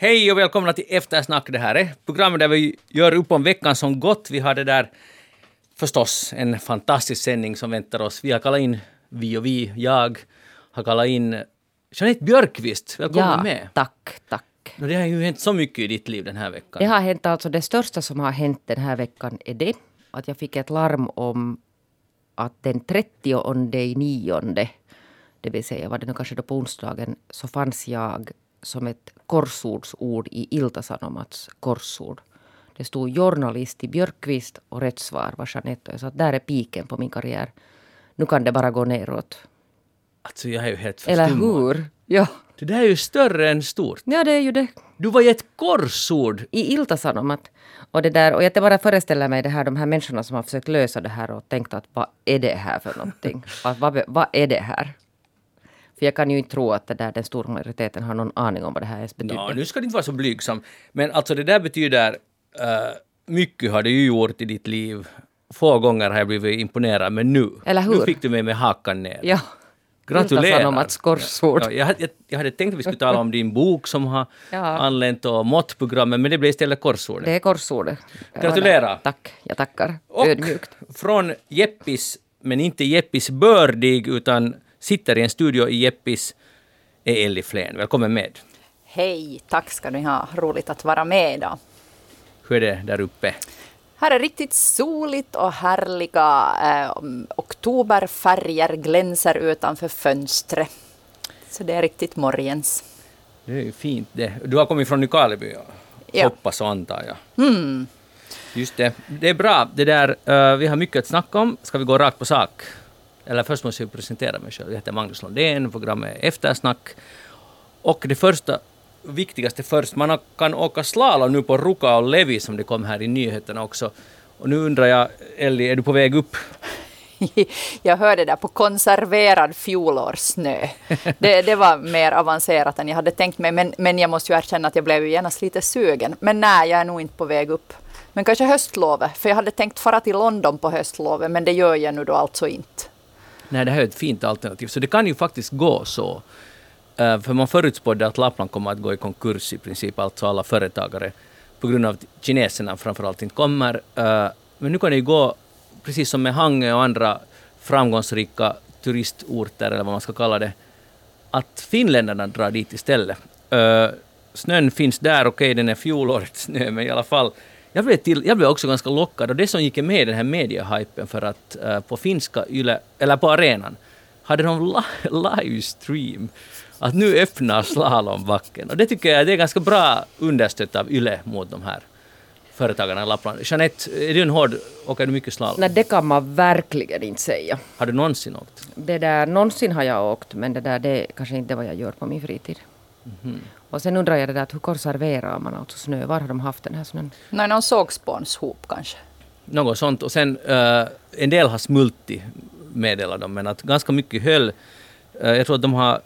Hej och välkomna till Eftersnack. Det här är programmet där vi gör upp om veckan som gått. Vi hade där förstås en fantastisk sändning som väntar oss. Vi har kallat in, jag har kallat in Jeanette Björkqvist. Välkommen med. Tack. Det har ju hänt så mycket i ditt liv den här veckan. Det har hänt, alltså det största som har hänt den här veckan är det att jag fick ett larm om att den 30/9, det vill säga var det nu kanske då på onsdagen, så fanns jag som ett korsordsord i Ilta-Sanomats korsord. Det stod journalist i Björkqvist och rätt svar var Jeanette. Jag sa att där är piken på min karriär. Nu kan det bara gå neråt. Alltså jag är ju helt förstummad. Eller hur? Ja. Det där är ju större än stort. Ja, det är ju det. Du var ju ett korsord. I Ilta-Sanomat. Och jag bara föreställer mig de här människorna som har försökt lösa det här och tänkt att vad är det här för någonting? Vad är det här? För jag kan ju inte tro att den stora majoriteten har någon aning om vad det här ens betyder. Ja, nu ska det inte vara så blygsam. Men alltså det där betyder, mycket har du ju gjort i ditt liv. Få gånger har jag blivit imponerad, men nu. Eller hur? Nu fick du med hakan ner. Ja. Gratulerar. Ilta-Sanomats korsord. Ja, jag hade tänkt att vi skulle tala om din bok som har anlänt och måttprogrammet, men det blev istället korsordet. Det är korsordet. Gratulerar. Tack, jag tackar. Och ödmjukt. från Jeppis, men inte Jeppis bördig, utan sitter i en studio i Jeppis, är Elli Flen. Välkommen med. Hej, tack ska ni ha. Roligt att vara med idag. Hur är det där uppe? Här är riktigt soligt och härliga oktoberfärger glänser utanför fönstret. Så det är riktigt morgens. Det är ju fint det. Du har kommit från Nykarleby, Ja. hoppas och antar jag. Just det. Det är bra. Det där, vi har mycket att snacka om. Ska vi gå rakt på sak? Eller först måste jag presentera mig själv. Jag heter Magnus Lundén, programmet är Eftersnack. Och det första, viktigaste först, man kan åka slalom nu på Ruka och Levi som det kom här i nyheterna också. Och nu undrar jag, Elli, är du på väg upp? Jag hörde där på konserverad fjolårssnö. Det var mer avancerat än jag hade tänkt mig. Men jag måste ju erkänna att jag blev ju genast lite sugen. Men nej, jag är nog inte på väg upp. Men kanske höstlovet. För jag hade tänkt fara till London på höstlovet. Men det gör jag nu då alltså inte. Nej, det här är ett fint alternativ. Så det kan ju faktiskt gå så. För man förutspådde att Lappland kommer att gå i konkurs i princip. Alltså alla företagare. På grund av att kineserna framförallt inte kommer. Men nu kan det ju gå precis som med Hangö och andra framgångsrika turistorter, eller vad man ska kalla det, att finländarna drar dit istället. Snön finns där, okej, den är fjolårets snö, men i alla fall, jag blev också ganska lockad, och det som gick med i den här mediehypen för att på finska Yle, eller på arenan, hade de livestream att nu öppnar slalombacken, och det tycker jag det är ganska bra understött av Yle mot de här företagarna i Lappland. Jeanette, är du en hård, åker du mycket slalom? Nej, det kan man verkligen inte säga. Har du någonsin åkt? Någonsin har jag åkt, men det är kanske inte vad jag gör på min fritid. Mm-hmm. Och sen undrar jag hur konserverar man alltså snö? Var har de haft den här snön? Nej, någon sågspånshop kanske. Något sånt. Och sen en del har smultit, meddelar de, men att ganska mycket höll. Jag tror att de har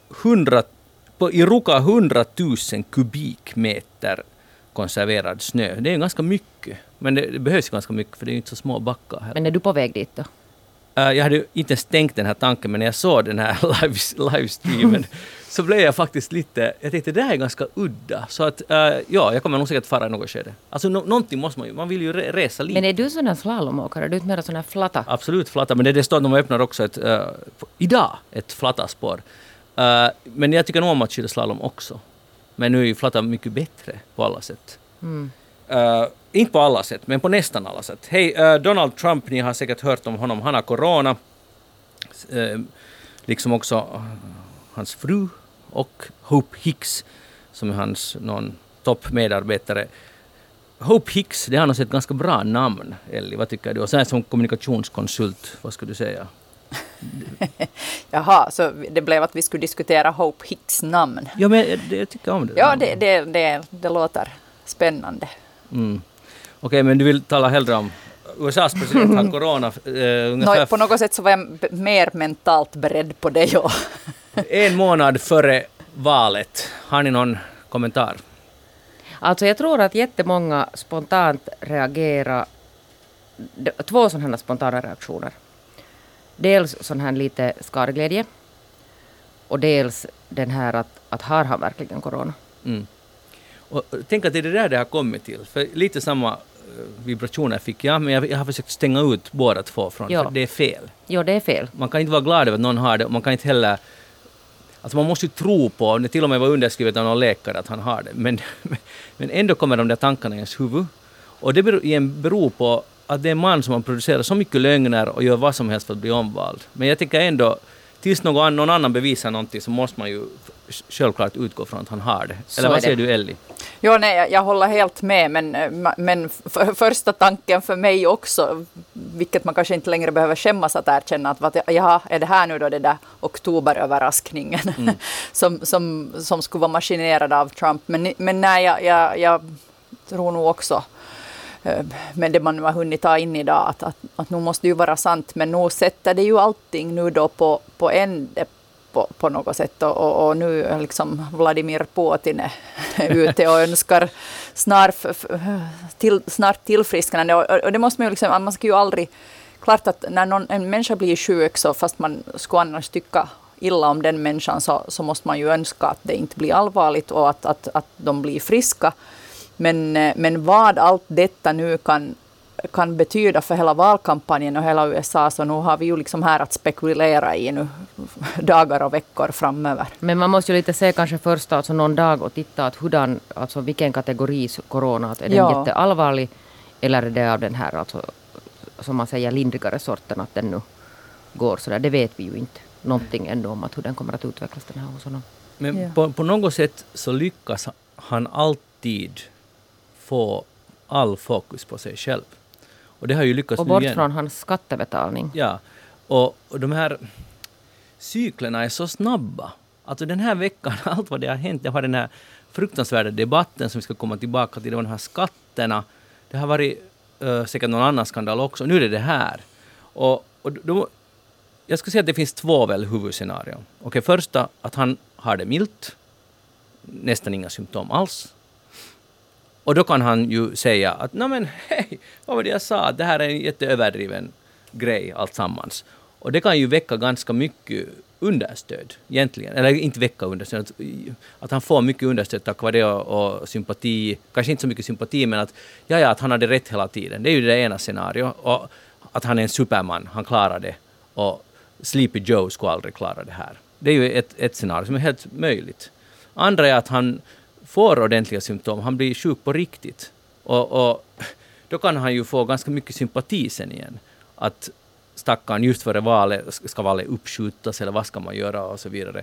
i Ruka 100 000 kubikmeter konserverad snö. Det är ganska mycket. Men det behövs ganska mycket, för det är ju inte så små backar heller. Men är du på väg dit då? Jag hade inte ens tänkt den här tanken, men när jag såg den här livestreamen så blev jag faktiskt lite, jag tänkte det här är ganska udda. Så att jag kommer nog säkert fara i något skede. Alltså någonting måste man vill ju resa lite. Men är du sån här slalomåkare? Är du inte mer sån här flatta? Absolut flatta, men det står att de öppnar också idag ett flatta spår. Men jag tycker nog om att skida slalom också. Men nu är ju flatta mycket bättre på alla sätt. Inte på alla sätt, men på nästan alla sätt. Hej, Donald Trump, ni har säkert hört om honom. Han har corona. Liksom också hans fru och Hope Hicks, som är hans någon toppmedarbetare. Hope Hicks, det har nog ett ganska bra namn, Elli. Vad tycker du? Och sen som kommunikationskonsult, vad skulle du säga? Jaha, så det blev att vi skulle diskutera Hope Hicks namn. Ja, men jag tycker om det. Ja, det låter spännande. Okej, men du vill tala hellre om USAs president har corona. På något sätt så var jag mer mentalt beredd på det, ja. 1 månad före valet. Har ni någon kommentar? Alltså jag tror att jättemånga spontant reagerar. 2 sådana här spontana reaktioner. Dels sån här lite skadeglädje. Och dels den här att har han verkligen corona. Och tänk att det är det där det har kommit till. För lite samma vibrationer fick jag, men jag har försökt stänga ut båda två från, för det är fel. Ja, det är fel. Man kan inte vara glad över att någon har det, och man kan inte heller... Alltså man måste ju tro på, det till och med var underskrivet av någon läkare att han har det, men ändå kommer de där tankarna i ens huvud. Och det beror på att det är en man som har producerat så mycket lögner och gör vad som helst för att bli omvald. Men jag tycker ändå, tills någon annan bevisar någonting, så måste man ju självklart utgå från att han har det. Eller vad säger du, Ellie? Jo, nej, jag håller helt med, men första tanken för mig också, vilket man kanske inte längre behöver skämmas att erkänna, att jaha, är det här nu då det där oktoberöverraskningen som skulle vara maskinerad av Trump. Men nej, jag tror nog också, med det man nu har hunnit ta in idag, att nu måste det ju vara sant, men nu sätter det ju allting nu då på ände på något sätt, och nu är liksom Vladimir Putin ute och önskar snart tillfrisknande, och det måste man ju liksom, man ska ju aldrig, klart att när en människa blir sjuk, så fast man skulle annars tycka illa om den människan, så måste man ju önska att det inte blir allvarligt och att de blir friska, men vad allt detta nu kan betyda för hela valkampanjen och hela USA, så nu har vi ju liksom här att spekulera i nu dagar och veckor framöver. Men man måste ju lite se kanske först alltså någon dag och titta att alltså vilken kategori corona, att är den jätteallvarlig, eller är det av den här alltså, som man säger lindrigare sorten, att den nu går så där. Det vet vi ju inte någonting ändå om att hur den kommer att utvecklas den här hos honom. Men på något sätt så lyckas han alltid få all fokus på sig själv. Och det har ju lyckats. Och bort från hans skattebetalning. Ja, och de här cyklerna är så snabba. Alltså den här veckan, allt vad det har hänt, det har den här fruktansvärda debatten som vi ska komma tillbaka till, de här skatterna. Det har varit säkert någon annan skandal också. Nu är det här. Och då, jag skulle säga att det finns två huvudscenarion. Okej, första, att han har det milt. Nästan inga symptom alls. Och då kan han ju säga att nej men hej, vad var det jag sa? Det här är en jätteöverdriven grej alltsammans. Och det kan ju väcka ganska mycket understöd egentligen. Eller inte väcka understöd. Att han får mycket understöd tack vare det och sympati. Kanske inte så mycket sympati, men att att han hade rätt hela tiden. Det är ju det ena scenario. Och att han är en superman. Han klarar det. Och Sleepy Joe skulle aldrig klara det här. Det är ju ett scenario som är helt möjligt. Andra är att han får ordentliga symptom. Han blir sjuk på riktigt. Och då kan han ju få ganska mycket sympati sen igen. Att stackarn just före valet, ska valet uppskjutas eller vad ska man göra och så vidare.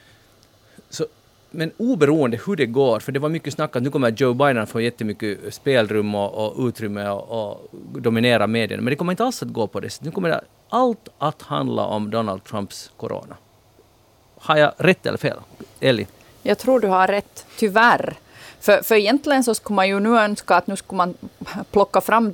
Så, men oberoende hur det går, för det var mycket snack att nu kommer Joe Biden få jättemycket spelrum och utrymme och dominera medierna. Men det kommer inte alls att gå på det. Nu kommer allt att handla om Donald Trumps corona. Har jag rätt eller fel? Ellie? Jag tror du har rätt, tyvärr. För egentligen så skulle man ju nu önska att nu skulle man plocka fram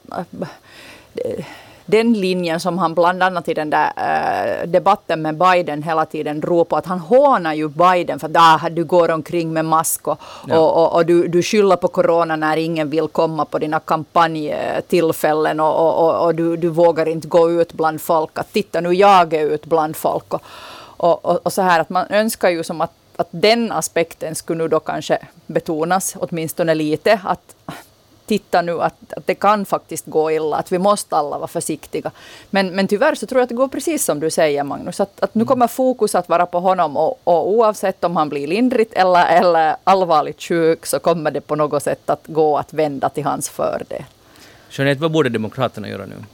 den linjen som han bland annat i den där debatten med Biden hela tiden drog på, att han hånar ju Biden för att du går omkring med mask och du skyller på corona när ingen vill komma på dina kampanjtillfällen och du vågar inte gå ut bland folk, att titta nu jag är ut bland folk och så här, att man önskar ju som att den aspekten skulle nu då kanske betonas åtminstone lite, att titta nu att det kan faktiskt gå illa, att vi måste alla vara försiktiga. Men tyvärr så tror jag att det går precis som du säger, Magnus, att nu kommer fokus att vara på honom och oavsett om han blir lindrigt eller allvarligt sjuk, så kommer det på något sätt att gå att vända till hans fördel. Jeanette, vad borde demokraterna göra nu?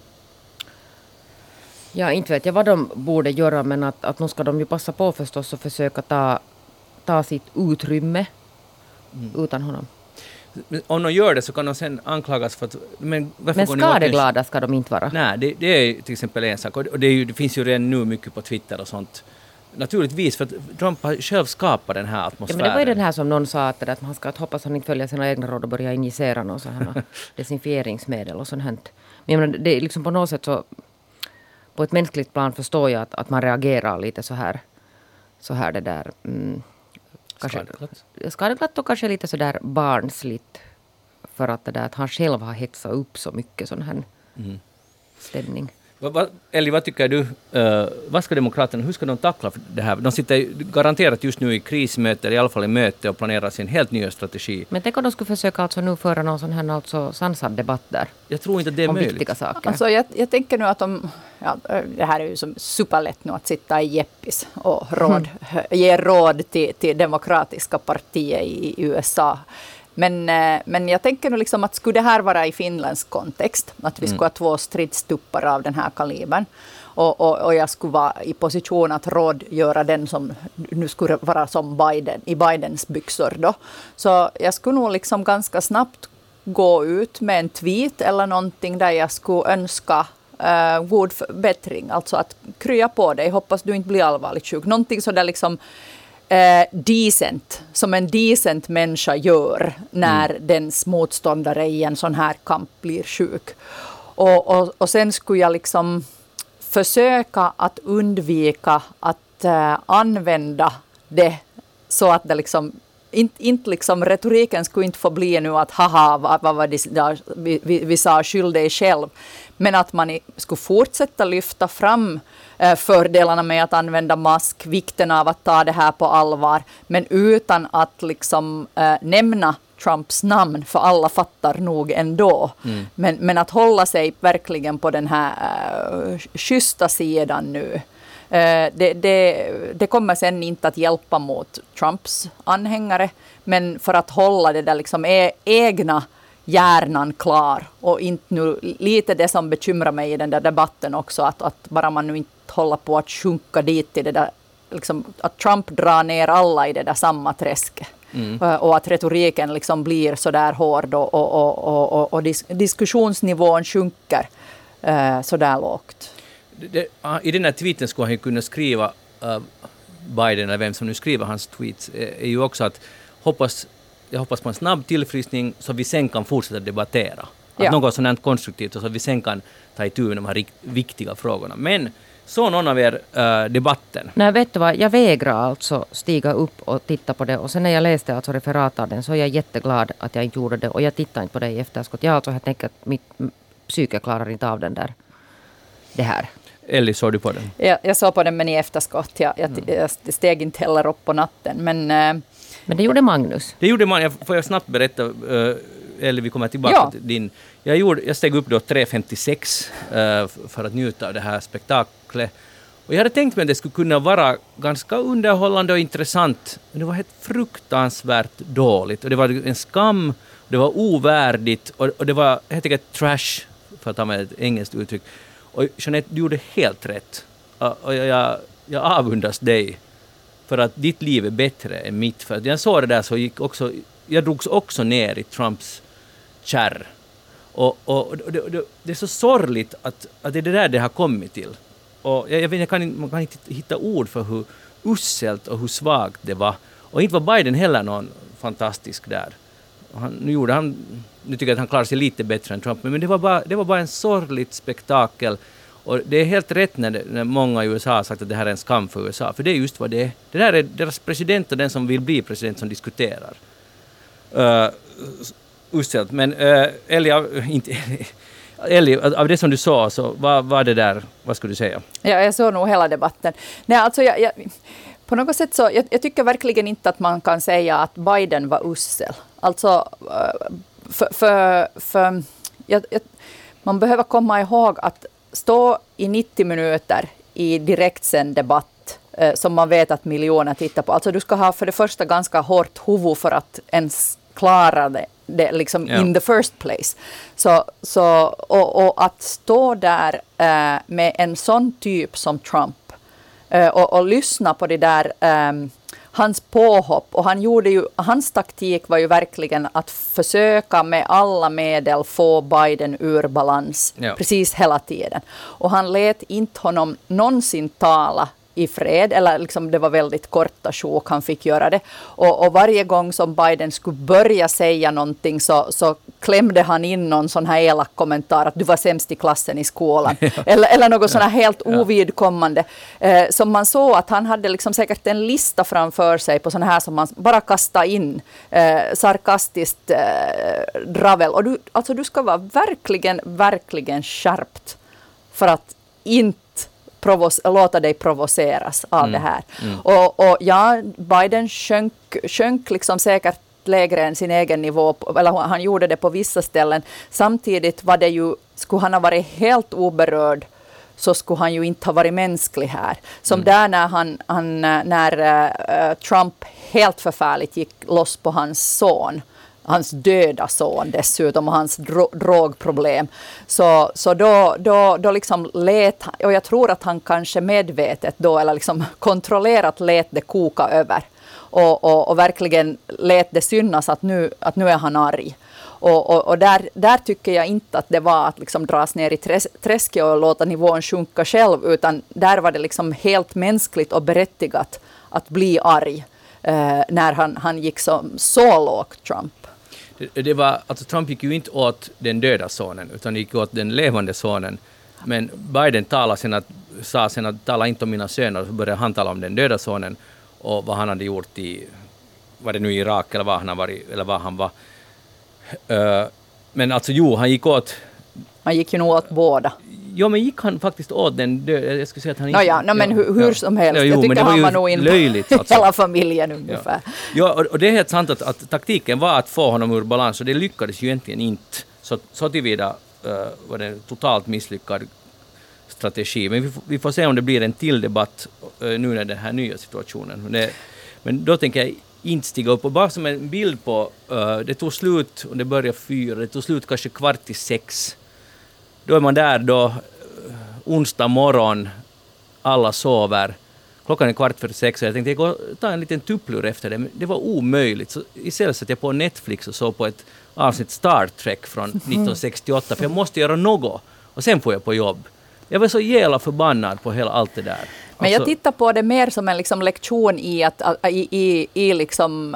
Ja, inte vet jag vad de borde göra, men att nu ska de ju passa på förstås och försöka ta sitt utrymme utan honom. Om de gör det så kan de sen anklagas för att... Men skadeglada ska de inte vara. Nej, det är till exempel en sak. Och det finns ju redan nu mycket på Twitter och sånt. Naturligtvis, för att Trump har själv skapat den här atmosfären. Ja, men det var ju den här som någon sa att man ska hoppas han inte följer sina egna råd och börja injicera någon sån här desinfieringsmedel och sånt här. Men jag menar, det är liksom på något sätt så... På ett mänskligt plan förstår jag att man reagerar lite så här det där... Skadeglatt och kanske lite sådär barnsligt, för att det där att han själv har hetsat upp så mycket sån här stämning. Elli, vad tycker du? Vad ska demokraterna, hur ska de tackla det här? De sitter garanterat just nu i krismöten, i alla fall i möte, och planerar sin helt nya strategi. Men tänk om de skulle försöka alltså nu föra någon sån här alltså sansad debatt där. Jag tror inte att det är om möjligt. Viktiga saker. Alltså jag tänker nu att det här är ju som superlätt nu att sitta i Jeppis och ge råd till demokratiska partier i USA. Men jag tänker nu liksom att skulle det här vara i Finlands kontext, att vi skulle ha 2 stridstuppar av den här kalibern, och jag skulle vara i position att rådgöra den som nu skulle vara som Biden, i Bidens byxor då. Så jag skulle nog liksom ganska snabbt gå ut med en tweet eller någonting där jag skulle önska god förbättring, alltså att krya på dig, hoppas du inte blir allvarligt sjuk. Någonting så där liksom decent, som en decent människa gör när dens motståndare i en sån här kamp blir sjuk. Och sen skulle jag liksom försöka att undvika att använda det så att det liksom inte liksom, retoriken skulle inte få bli nu att haha, vad var det där vi sa, skyll dig själv. Men att man skulle fortsätta lyfta fram fördelarna med att använda mask, vikten av att ta det här på allvar, men utan att liksom nämna Trumps namn, för alla fattar nog ändå. Men att hålla sig verkligen på den här schyssta sidan nu. Det kommer sen inte att hjälpa mot Trumps anhängare, men för att hålla det där liksom egna hjärnan klar, och inte nu lite det som bekymrar mig i den där debatten också, att bara man nu inte håller på att sjunka dit i det där, liksom, att Trump drar ner alla i det där samma träske. Och att retoriken liksom blir så där hård och diskussionsnivån sjunker så där lågt. I den här tweeten skulle han ju kunna skriva, Biden eller vem som nu skriver hans tweets, är ju också att jag hoppas på en snabb tillfriskning så vi sen kan fortsätta debattera. Att något sådant konstruktivt, och så vi sen kan ta itu med de här viktiga frågorna. Men så någon av er debatten? Nej, vet du vad, jag vägrar alltså stiga upp och titta på det. Och sen när jag läste alltså referat av den så är jag jätteglad att jag inte gjorde det. Och jag tittar inte på det i efterskott. Jag tänker att mitt psyke klarar inte av det här. Elli, såg du på den? Jag såg på den, men i efterskott. Jag steg inte heller upp på natten. Men det gjorde Magnus. Det gjorde man. Får jag snabbt berätta, Elli, vi kommer tillbaka till din. Jag steg upp då 3.56 för att njuta av det här spektaklet. Och jag hade tänkt mig att det skulle kunna vara ganska underhållande och intressant. Men det var helt fruktansvärt dåligt. Och det var en skam, det var ovärdigt och det var helt enkelt trash, för att ta med ett engelskt uttryck. Och Jeanette, du gjorde helt rätt. Och jag avundas dig för att ditt liv är bättre än mitt. För att jag såg det där så jag drogs också ner i Trumps kärr. Och det är så sorgligt att det är det där det har kommit till. Och man kan inte hitta ord för hur uselt och hur svagt det var. Och inte var Biden heller någon fantastisk där. Nu tycker jag att han klarar sig lite bättre än Trump, men det var bara en sorgligt spektakel. Och det är helt rätt när många i USA har sagt att det här är en skam för USA. För det är just vad det är. Det där är deras president och den som vill bli president som diskuterar. Uselt. Men Elli, av det som du sa, så vad det där, vad skulle du säga? Ja, jag såg nog hela debatten. Nej, alltså på något sätt så, jag tycker verkligen inte att man kan säga att Biden var usel. Alltså, man behöver komma ihåg att stå i 90 minuter i direktsänd debatt som man vet att miljoner tittar på. Alltså du ska ha för det första ganska hårt huvud för att ens klara det liksom in the first place. Och att stå där med en sån typ som Trump och lyssna på det där hans påhopp, och hans taktik var ju verkligen att försöka med alla medel få Biden ur balans precis hela tiden. Och han lät inte honom någonsin tala i fred, eller liksom det var väldigt korta sjok han fick göra det. Och varje gång som Biden skulle börja säga någonting så klämde han in någon sån här elak kommentar att du var sämst i klassen i skolan. eller något sån här helt ovidkommande. Som man såg att han hade liksom säkert en lista framför sig på sån här som man bara kastar in sarkastiskt dravel. Och du ska vara verkligen, verkligen skärpt för att inte låta dig provoceras av det här. Och ja, Biden sjönk liksom säkert lägre än sin egen nivå, eller han gjorde det på vissa ställen. Samtidigt var det ju, skulle han ha varit helt oberörd så skulle han ju inte ha varit mänsklig här. Som där när Trump helt förfärligt gick loss på hans son, hans döda son dessutom, och hans drogproblem. Så då liksom lät, och jag tror att han kanske medvetet då, eller liksom kontrollerat lät det koka över. Och verkligen lät det synas att nu är han arg. Och där tycker jag inte att det var att liksom dras ner i träsket och låta nivån sjunka själv, utan där var det liksom helt mänskligt och berättigat att bli arg när han gick så lågt, Trump. Det var, alltså Trump gick ju inte åt den döda sonen, utan gick åt den levande sonen. Men Biden sa sen att tala inte om mina söner, och så började han tala om den döda sonen och vad han hade gjort var det nu i Irak eller vad han har varit, eller vad han var. Men alltså han gick åt... Han gick ju nog åt båda. Ja, men gick han faktiskt åt den döda? Jag skulle säga att han inte... men hur som helst. Jag tycker han var nog in löjligt, alltså. Hela familjen ungefär. Ja, och det är helt sant att taktiken var att få honom ur balans, och det lyckades ju egentligen inte. Så tillvida var det en totalt misslyckad strategi. Men vi får se om det blir en till debatt nu när den här nya situationen. Men då tänker jag inte stiga upp. Och bara som en bild på, det tog slut, och det började 4, det tog slut kanske 5:15. Då är man där då, onsdag morgon, alla sover. Klockan är 5:45, och jag tänkte jag går ta en liten tupplur efter det, men det var omöjligt. Så istället satt jag på Netflix och såg på ett avsnitt Star Trek från 1968, för jag måste göra något, och sen får jag på jobb. Jag var så jävla förbannad på hela allt det där. Men jag tittar på det mer som en liksom lektion i liksom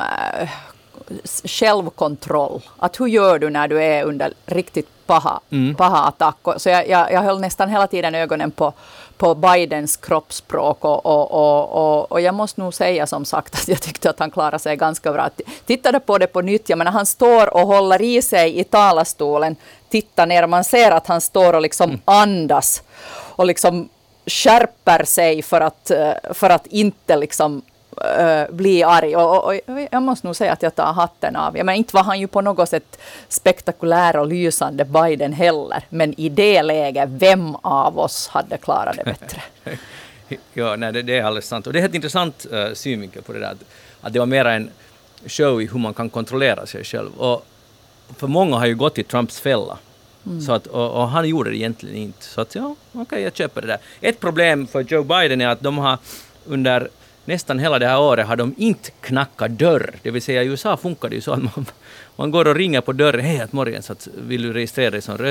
självkontroll. Att hur gör du när du är under riktigt paha attack? Så jag höll nästan hela tiden ögonen på Bidens kroppsspråk och jag måste nog säga som sagt att jag tyckte att han klarade sig ganska bra. Tittade på det på nytt, jag menar, han står och håller i sig i talarstolen, tittar ner och man ser att han står och liksom andas och liksom skärper sig för att inte liksom bli arg. Och jag måste nog säga att jag tar hatten av. Men inte var han ju på något sätt spektakulär och lysande Biden heller. Men i det läget, vem av oss hade klarat det bättre? Ja, nej, det är alldeles sant. Och det är ett intressant synvinkel på det där. Att det var mer en show i hur man kan kontrollera sig själv. Och för många har ju gått i Trumps fälla. Så att, och han gjorde det egentligen inte. Så att okej, jag köper det där. Ett problem för Joe Biden är att de har under nästan hela det här året har de inte knackat dörr. Det vill säga i USA funkar det ju så att man går och ringer på dörren. Hej, att morgon, så att vill du registrera dig som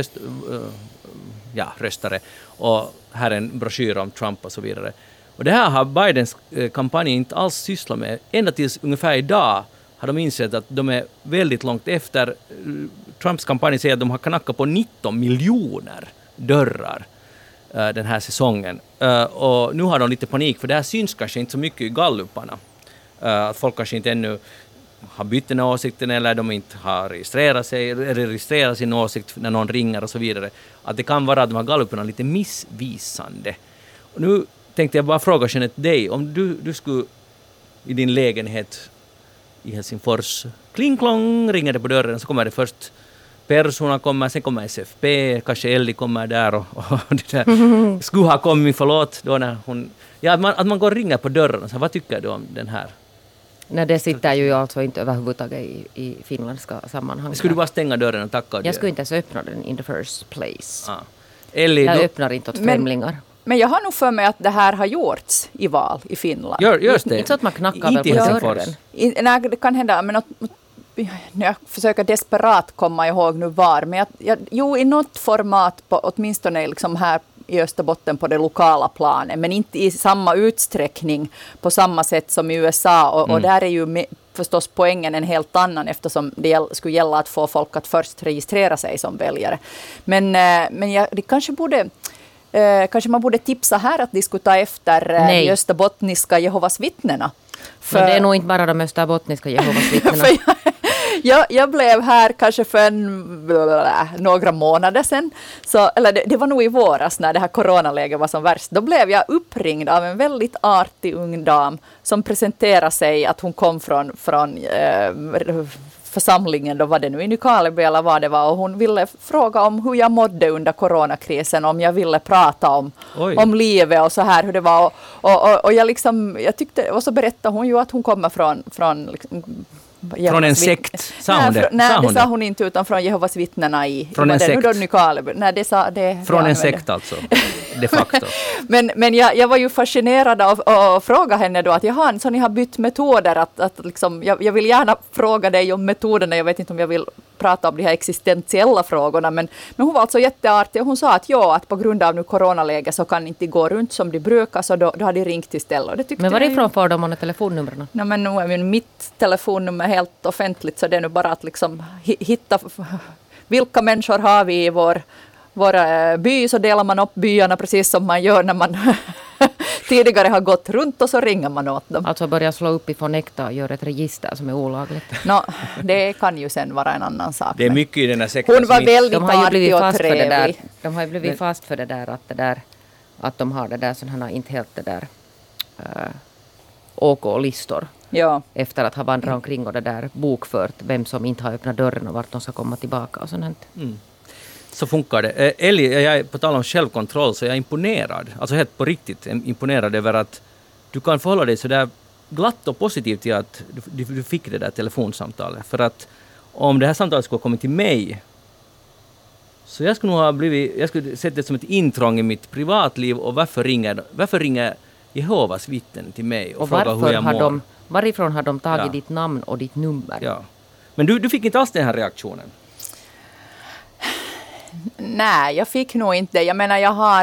röstare. Och här är en broschyr om Trump och så vidare. Och det här har Bidens kampanj inte alls sysslat med. Ända tills ungefär idag har de insett att de är väldigt långt efter. Trumps kampanj säger att de har knackat på 19 miljoner dörrar den här säsongen. Och nu har de lite panik, för det här syns kanske inte så mycket i galluparna. Att folk kanske inte ännu har bytt den åsikten, eller de inte har registrerat sin åsikt när någon ringer och så vidare. Att det kan vara att de här galluparna lite missvisande. Och nu tänkte jag bara fråga Jeanette dig, om du skulle i din lägenhet i Helsingfors, kling-klong, ringer det på dörren, så kommer det först Persona kommer, sen kommer SFP, kanske Ellie kommer där och det där skulle ha kommit, förlåt, då när hon... Ja, att man går och ringer på dörren. Så vad tycker du om den här? Nej, det sitter ju alltså inte överhuvudtaget i finländska sammanhang. Skulle du bara stänga dörren och tacka? Jag skulle inte ens öppna den in the first place. Ellie, jag öppnar inte åt främlingar. Men jag har nog för mig att det här har gjorts i val i Finland. Görs det? Inte så att man knackar väl på dörren. Nej, det kan hända, men jag försöker desperat komma ihåg nu var. Men i något format, åtminstone liksom här i Österbotten på det lokala planet, men inte i samma utsträckning på samma sätt som i USA. Och där är ju förstås poängen en helt annan, eftersom det skulle gälla att få folk att först registrera sig som väljare. Men det kanske man borde tipsa här att de skulle ta efter de österbottniska Jehovas vittnena. Men det är nog inte bara de österbottniska Jehovas vittnena. Jag blev här kanske för några månader sedan. Det var nog i våras när det här coronaläget var som värst. Då blev jag uppringd av en väldigt artig ung dam som presenterade sig att hon kom från församlingen, då var det nu i Nykarleby eller vad det var, och hon ville fråga om hur jag mådde under coronakrisen, om jag ville prata om livet och så här, hur det var. Och jag tyckte, och så berättade hon ju att hon kommer från en sekt, sa hon det? Nej, det sa hon inte, utan från Jehovas vittnena från en sekt? Från en sekt alltså, de facto. Men jag var ju fascinerad och fråga henne då att jaha, så ni har bytt metoder, att liksom, jag vill gärna fråga dig om metoderna, jag vet inte om jag vill prata om de här existentiella frågorna, men hon var alltså jätteartig och hon sa att på grund av nu coronaläget så kan inte gå runt som de brukar, så då har de ringt istället. Men varifrån får de telefonnumren? Nej, men nu är mitt telefonnummer helt offentligt, så det är nu bara att liksom hitta vilka människor har vi i vår by, så delar man upp byarna precis som man gör när man tidigare har gått runt, och så ringer man åt dem. Alltså börja slå upp i Fonecta och göra ett register som är olagligt. Det kan ju sen vara en annan sak. Det är mycket i den här sektorn. Hon var väldigt artig och trevlig. De har ju blivit fast för det där att de har det där, så han har inte helt det där OK-listor. Ja. Efter att ha vandrat omkring och det där bokfört vem som inte har öppnat dörren och vart de ska komma tillbaka och sånt. Så funkar det. Ellie, jag är på tal om självkontroll, så jag är imponerad. Alltså helt på riktigt imponerad över att du kan förhålla dig så där glatt och positivt till att du fick det där telefonsamtalet. För att om det här samtalet skulle ha kommit till mig, så jag skulle sett det som ett intrång i mitt privatliv, och varför ringer Jehovas vittnen till mig och frågar hur jag mår? Varifrån har de tagit ditt namn och ditt nummer? Ja. Men du fick inte alls den här reaktionen? Nej, jag fick nog inte det. Jag menar,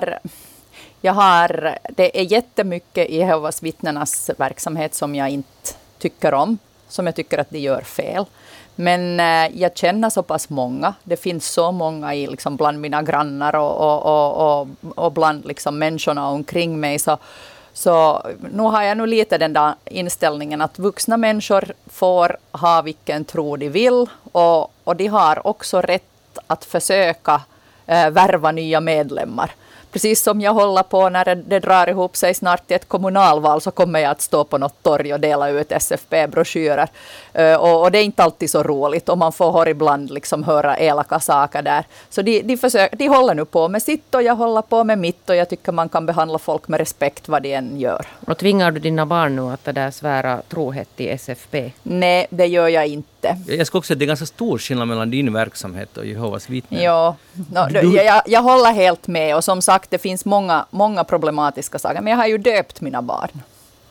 det är jättemycket i Jehovas vittnenas verksamhet som jag inte tycker om, som jag tycker att de gör fel. Men jag känner så pass många. Det finns så många liksom bland mina grannar och bland liksom människorna omkring mig. Så nu har jag nog lite den där inställningen att vuxna människor får ha vilken tro de vill, och de har också rätt att försöka värva nya medlemmar. Precis som jag håller på när det drar ihop sig snart till ett kommunalval, så kommer jag att stå på något torg och dela ut SFP-broschyrer. Och det är inte alltid så roligt, och man får ibland liksom höra elaka saker där. Så de håller nu på med sitt, och jag håller på med mitt, och jag tycker man kan behandla folk med respekt vad de än gör. Och tvingar du dina barn nu att det där svära trohet till SFP? Nej, det gör jag inte. Jag ska också säga att det är ganska stor skillnad mellan din verksamhet och Jehovas vittnen. Ja, jag håller helt med, och som sagt, det finns många problematiska saker, men jag har ju döpt mina barn.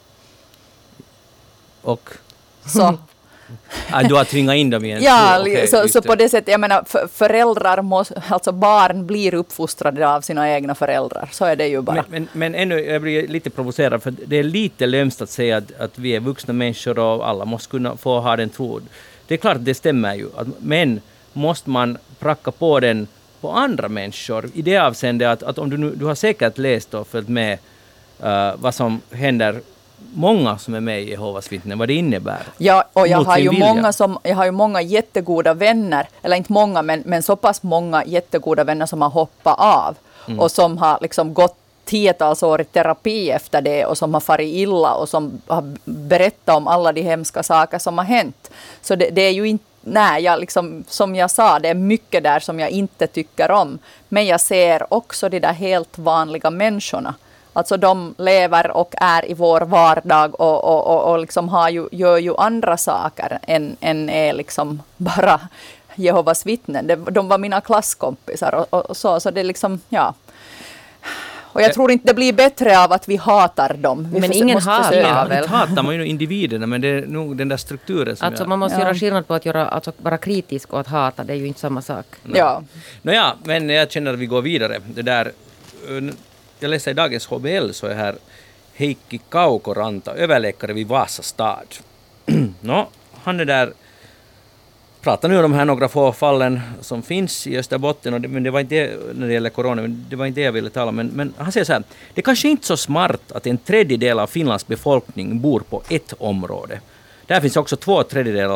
Och? Så. Du har tvingat in dem i en ja, så på det sättet, jag menar, alltså barn blir uppfostrade av sina egna föräldrar, så är det ju bara. Men ännu, jag blir lite provocerad, för det är lite lömskt att säga att vi är vuxna människor och alla måste kunna få ha den tron. Det är klart, det stämmer ju, men måste man pracka på den på andra människor i det avseende att om du har säkert läst och följt med vad som händer, många som är med i Jehovas vittnen, vad det innebär. Ja, och jag har ju många jättegoda vänner, eller inte många, men så pass många jättegoda vänner som har hoppat av och som har liksom gått 10-tals år i terapi efter det, och som har farit illa och som har berättat om alla de hemska saker som har hänt. Så det är ju inte, som jag sa, det är mycket där som jag inte tycker om. Men jag ser också de där helt vanliga människorna. Alltså de lever och är i vår vardag och liksom gör ju andra saker än är liksom bara Jehovas vittnen. De var mina klasskompisar och så det är liksom, ja. Och jag tror inte det blir bättre av att vi hatar dem. Men ingen hatar väl? Hatar man ju individerna, men det är nog den där strukturen som alltså man måste göra skillnad på att vara kritisk och att hata, det är ju inte samma sak. Ja. Nåja, men jag känner att vi går vidare. Det där, jag läser i dagens HBL, så är här Heikki Kaukoranta, överläkare vid Vasa stad. Han är där, pratar nu om de här några få fallen som finns i Österbotten, men det var inte när det gäller corona, men det var inte det jag ville tala om. Men han säger så här, det är kanske inte så smart att 1/3 av Finlands befolkning bor på ett område. Där finns också 2/3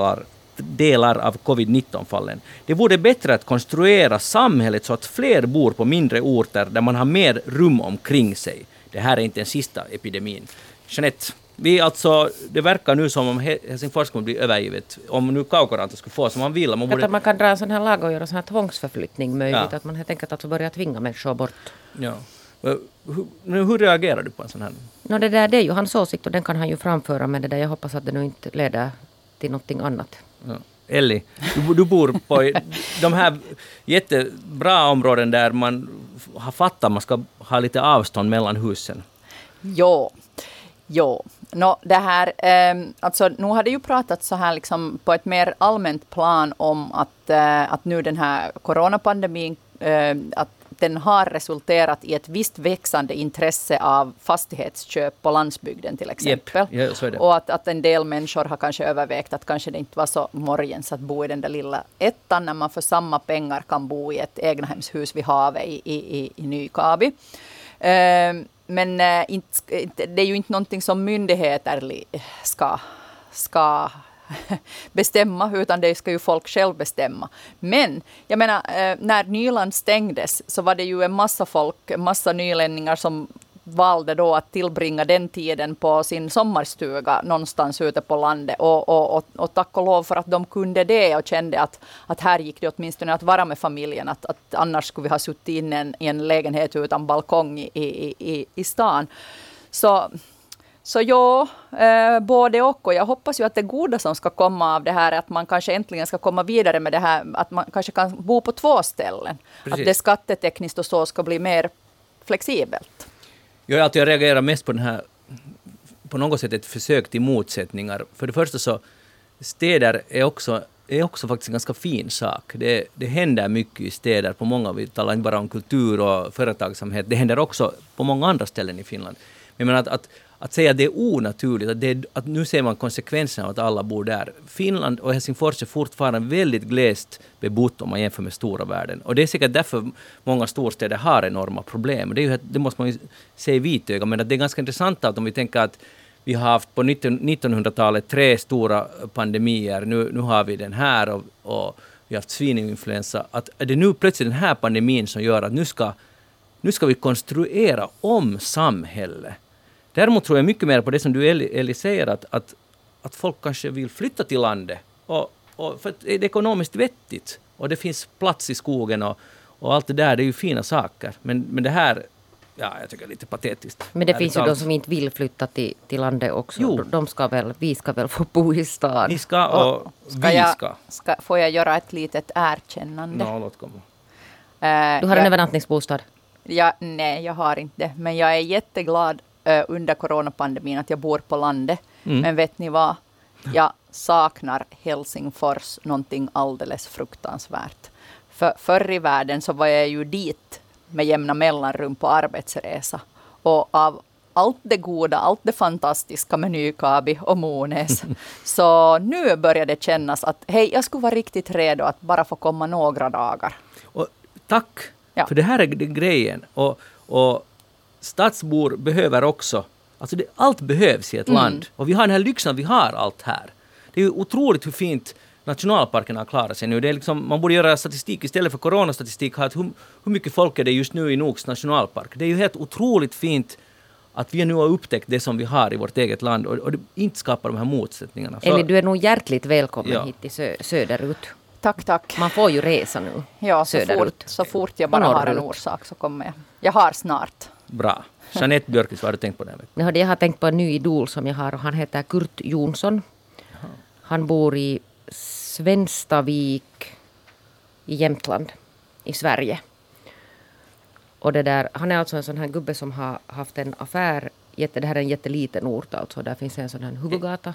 delar av covid-19-fallen. Det vore bättre att konstruera samhället så att fler bor på mindre orter där man har mer rum omkring sig. Det här är inte den sista epidemin. Jeanette, det verkar nu som om Helsingfors kommer bli övergivet. Om nu Kaukoranta skulle få som man vill. Man kan dra en sån här lag och göra sån här tvångsförflyttning möjligt. Ja. Att man helt enkelt alltså börjar tvinga människor bort. Ja. Hur reagerar du på en sån här? Det är ju hans åsikt och den kan han ju framföra. Men jag hoppas att det nu inte leder till någonting annat. Ja. Elli, du bor på de här jättebra områden där man har fattat att man ska ha lite avstånd mellan husen. Jo. Det här, alltså nu har det ju pratat så här liksom på ett mer allmänt plan om att nu den här coronapandemin, att den har resulterat i ett visst växande intresse av fastighetsköp på landsbygden till exempel. Yep. Ja, så är det. Och att en del människor har kanske övervägt att kanske det inte var så morgens att bo i den där lilla ettan när man för samma pengar kan bo i ett egnahemshus vid havet i Nykabi. Men det är ju inte någonting som myndigheter ska bestämma, utan det ska ju folk själv bestämma. Men jag menar, när Nyland stängdes så var det ju en massa nylänningar som valde då att tillbringa den tiden på sin sommarstuga någonstans ute på landet. Och tack och lov för att de kunde det och kände att här gick det åtminstone att vara med familjen. Att annars skulle vi ha suttit in i en lägenhet utan balkong i stan. Så ja, både och jag hoppas ju att det goda som ska komma av det här är att man kanske äntligen ska komma vidare med det här, att man kanske kan bo på 2 ställen. Precis. Att det skattetekniskt och så ska bli mer flexibelt. Jag reagerar mest på den här, på något sätt ett försök till motsättningar. För det första så, städer är också faktiskt en ganska fin sak. Det händer mycket i städer på många, vi talar inte bara om kultur och företagsamhet, det händer också på många andra ställen i Finland. Men jag menar att säga att det är onaturligt, att nu ser man konsekvenserna av att alla bor där. Finland och Helsingfors är fortfarande väldigt glest bebott om man jämför med stora världen. Och det är säkert därför många storstäder har enorma problem. Det måste man ju se i vitöga, men det är ganska intressant att om vi tänker att vi har haft på 1900-talet 3 stora pandemier, nu har vi den här och vi har haft svininfluensa. Att är det nu plötsligt den här pandemin som gör att nu ska vi konstruera om samhället. Däremot tror jag mycket mer på det som du Eli säger, att folk kanske vill flytta till landet. Och för att det är ekonomiskt vettigt. Och det finns plats i skogen och allt det där, det är ju fina saker. Men det här, jag tycker det är lite patetiskt. Men det finns ju de som inte vill flytta till landet också. Jo. Vi ska väl få bo i stan. Ni ska och vi ska. Får jag göra ett litet erkännande? Låt komma. Du har en övernattningsbostad? Nej, jag har inte det. Men jag är jätteglad under coronapandemin att jag bor på landet. Men vet ni vad? Jag saknar Helsingfors någonting alldeles fruktansvärt. Förr i världen så var jag ju dit med jämna mellanrum på arbetsresa. Och av allt det goda, allt det fantastiska med Nykabi och Monäs. Så nu börjar det kännas att hej, jag skulle vara riktigt redo att bara få komma några dagar. Och tack, för det här är grejen. Och stadsbor behöver också, alltså allt behövs i ett land. Och vi har den här lyxen, vi har allt här. Det är ju otroligt hur fint nationalparken har klarat sig nu. Det är liksom, man borde göra statistik istället för coronastatistik. Hur mycket folk är det just nu i Nuuks nationalpark? Det är ju helt otroligt fint att vi nu har upptäckt det som vi har i vårt eget land och det inte skapar de här motsättningarna. Eli, du är nog hjärtligt välkommen hit till söderut. Tack. Man får ju resa nu. Ja, så fort jag bara har en orsak så kommer jag. Jag har snart. Bra. Jeanette Björkis, vad har du tänkt på den veckan? Jag har tänkt på en ny idol som jag har och han heter Kurt Jonsson. Jaha. Han bor i Svenstavik i Jämtland i Sverige. Och han är alltså en sån här gubbe som har haft en affär. Det här är en jätteliten ort alltså. Där finns en sån här huvudgata.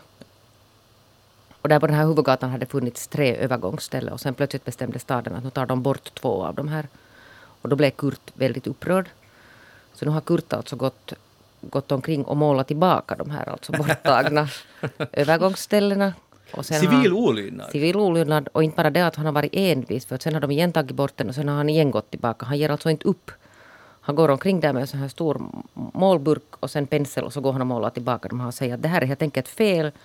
Och där på den här huvudgatan hade funnits 3 övergångsställen. Och sen plötsligt bestämde staden att nu tar de bort 2 av de här. Och då blev Kurt väldigt upprörd. Så nu har Kurt alltså gått omkring och målat tillbaka de här alltså borttagna övergångsställena. Civil olydnad. Civil olydnad. Och inte bara det att han har varit envis. För att sen har de igen tagit bort den och sen har han igen gått tillbaka. Han ger alltså inte upp. Han går omkring där med en sån här stor målburk och sen pensel och så går han och målar tillbaka dem och säger att det här är helt enkelt fel.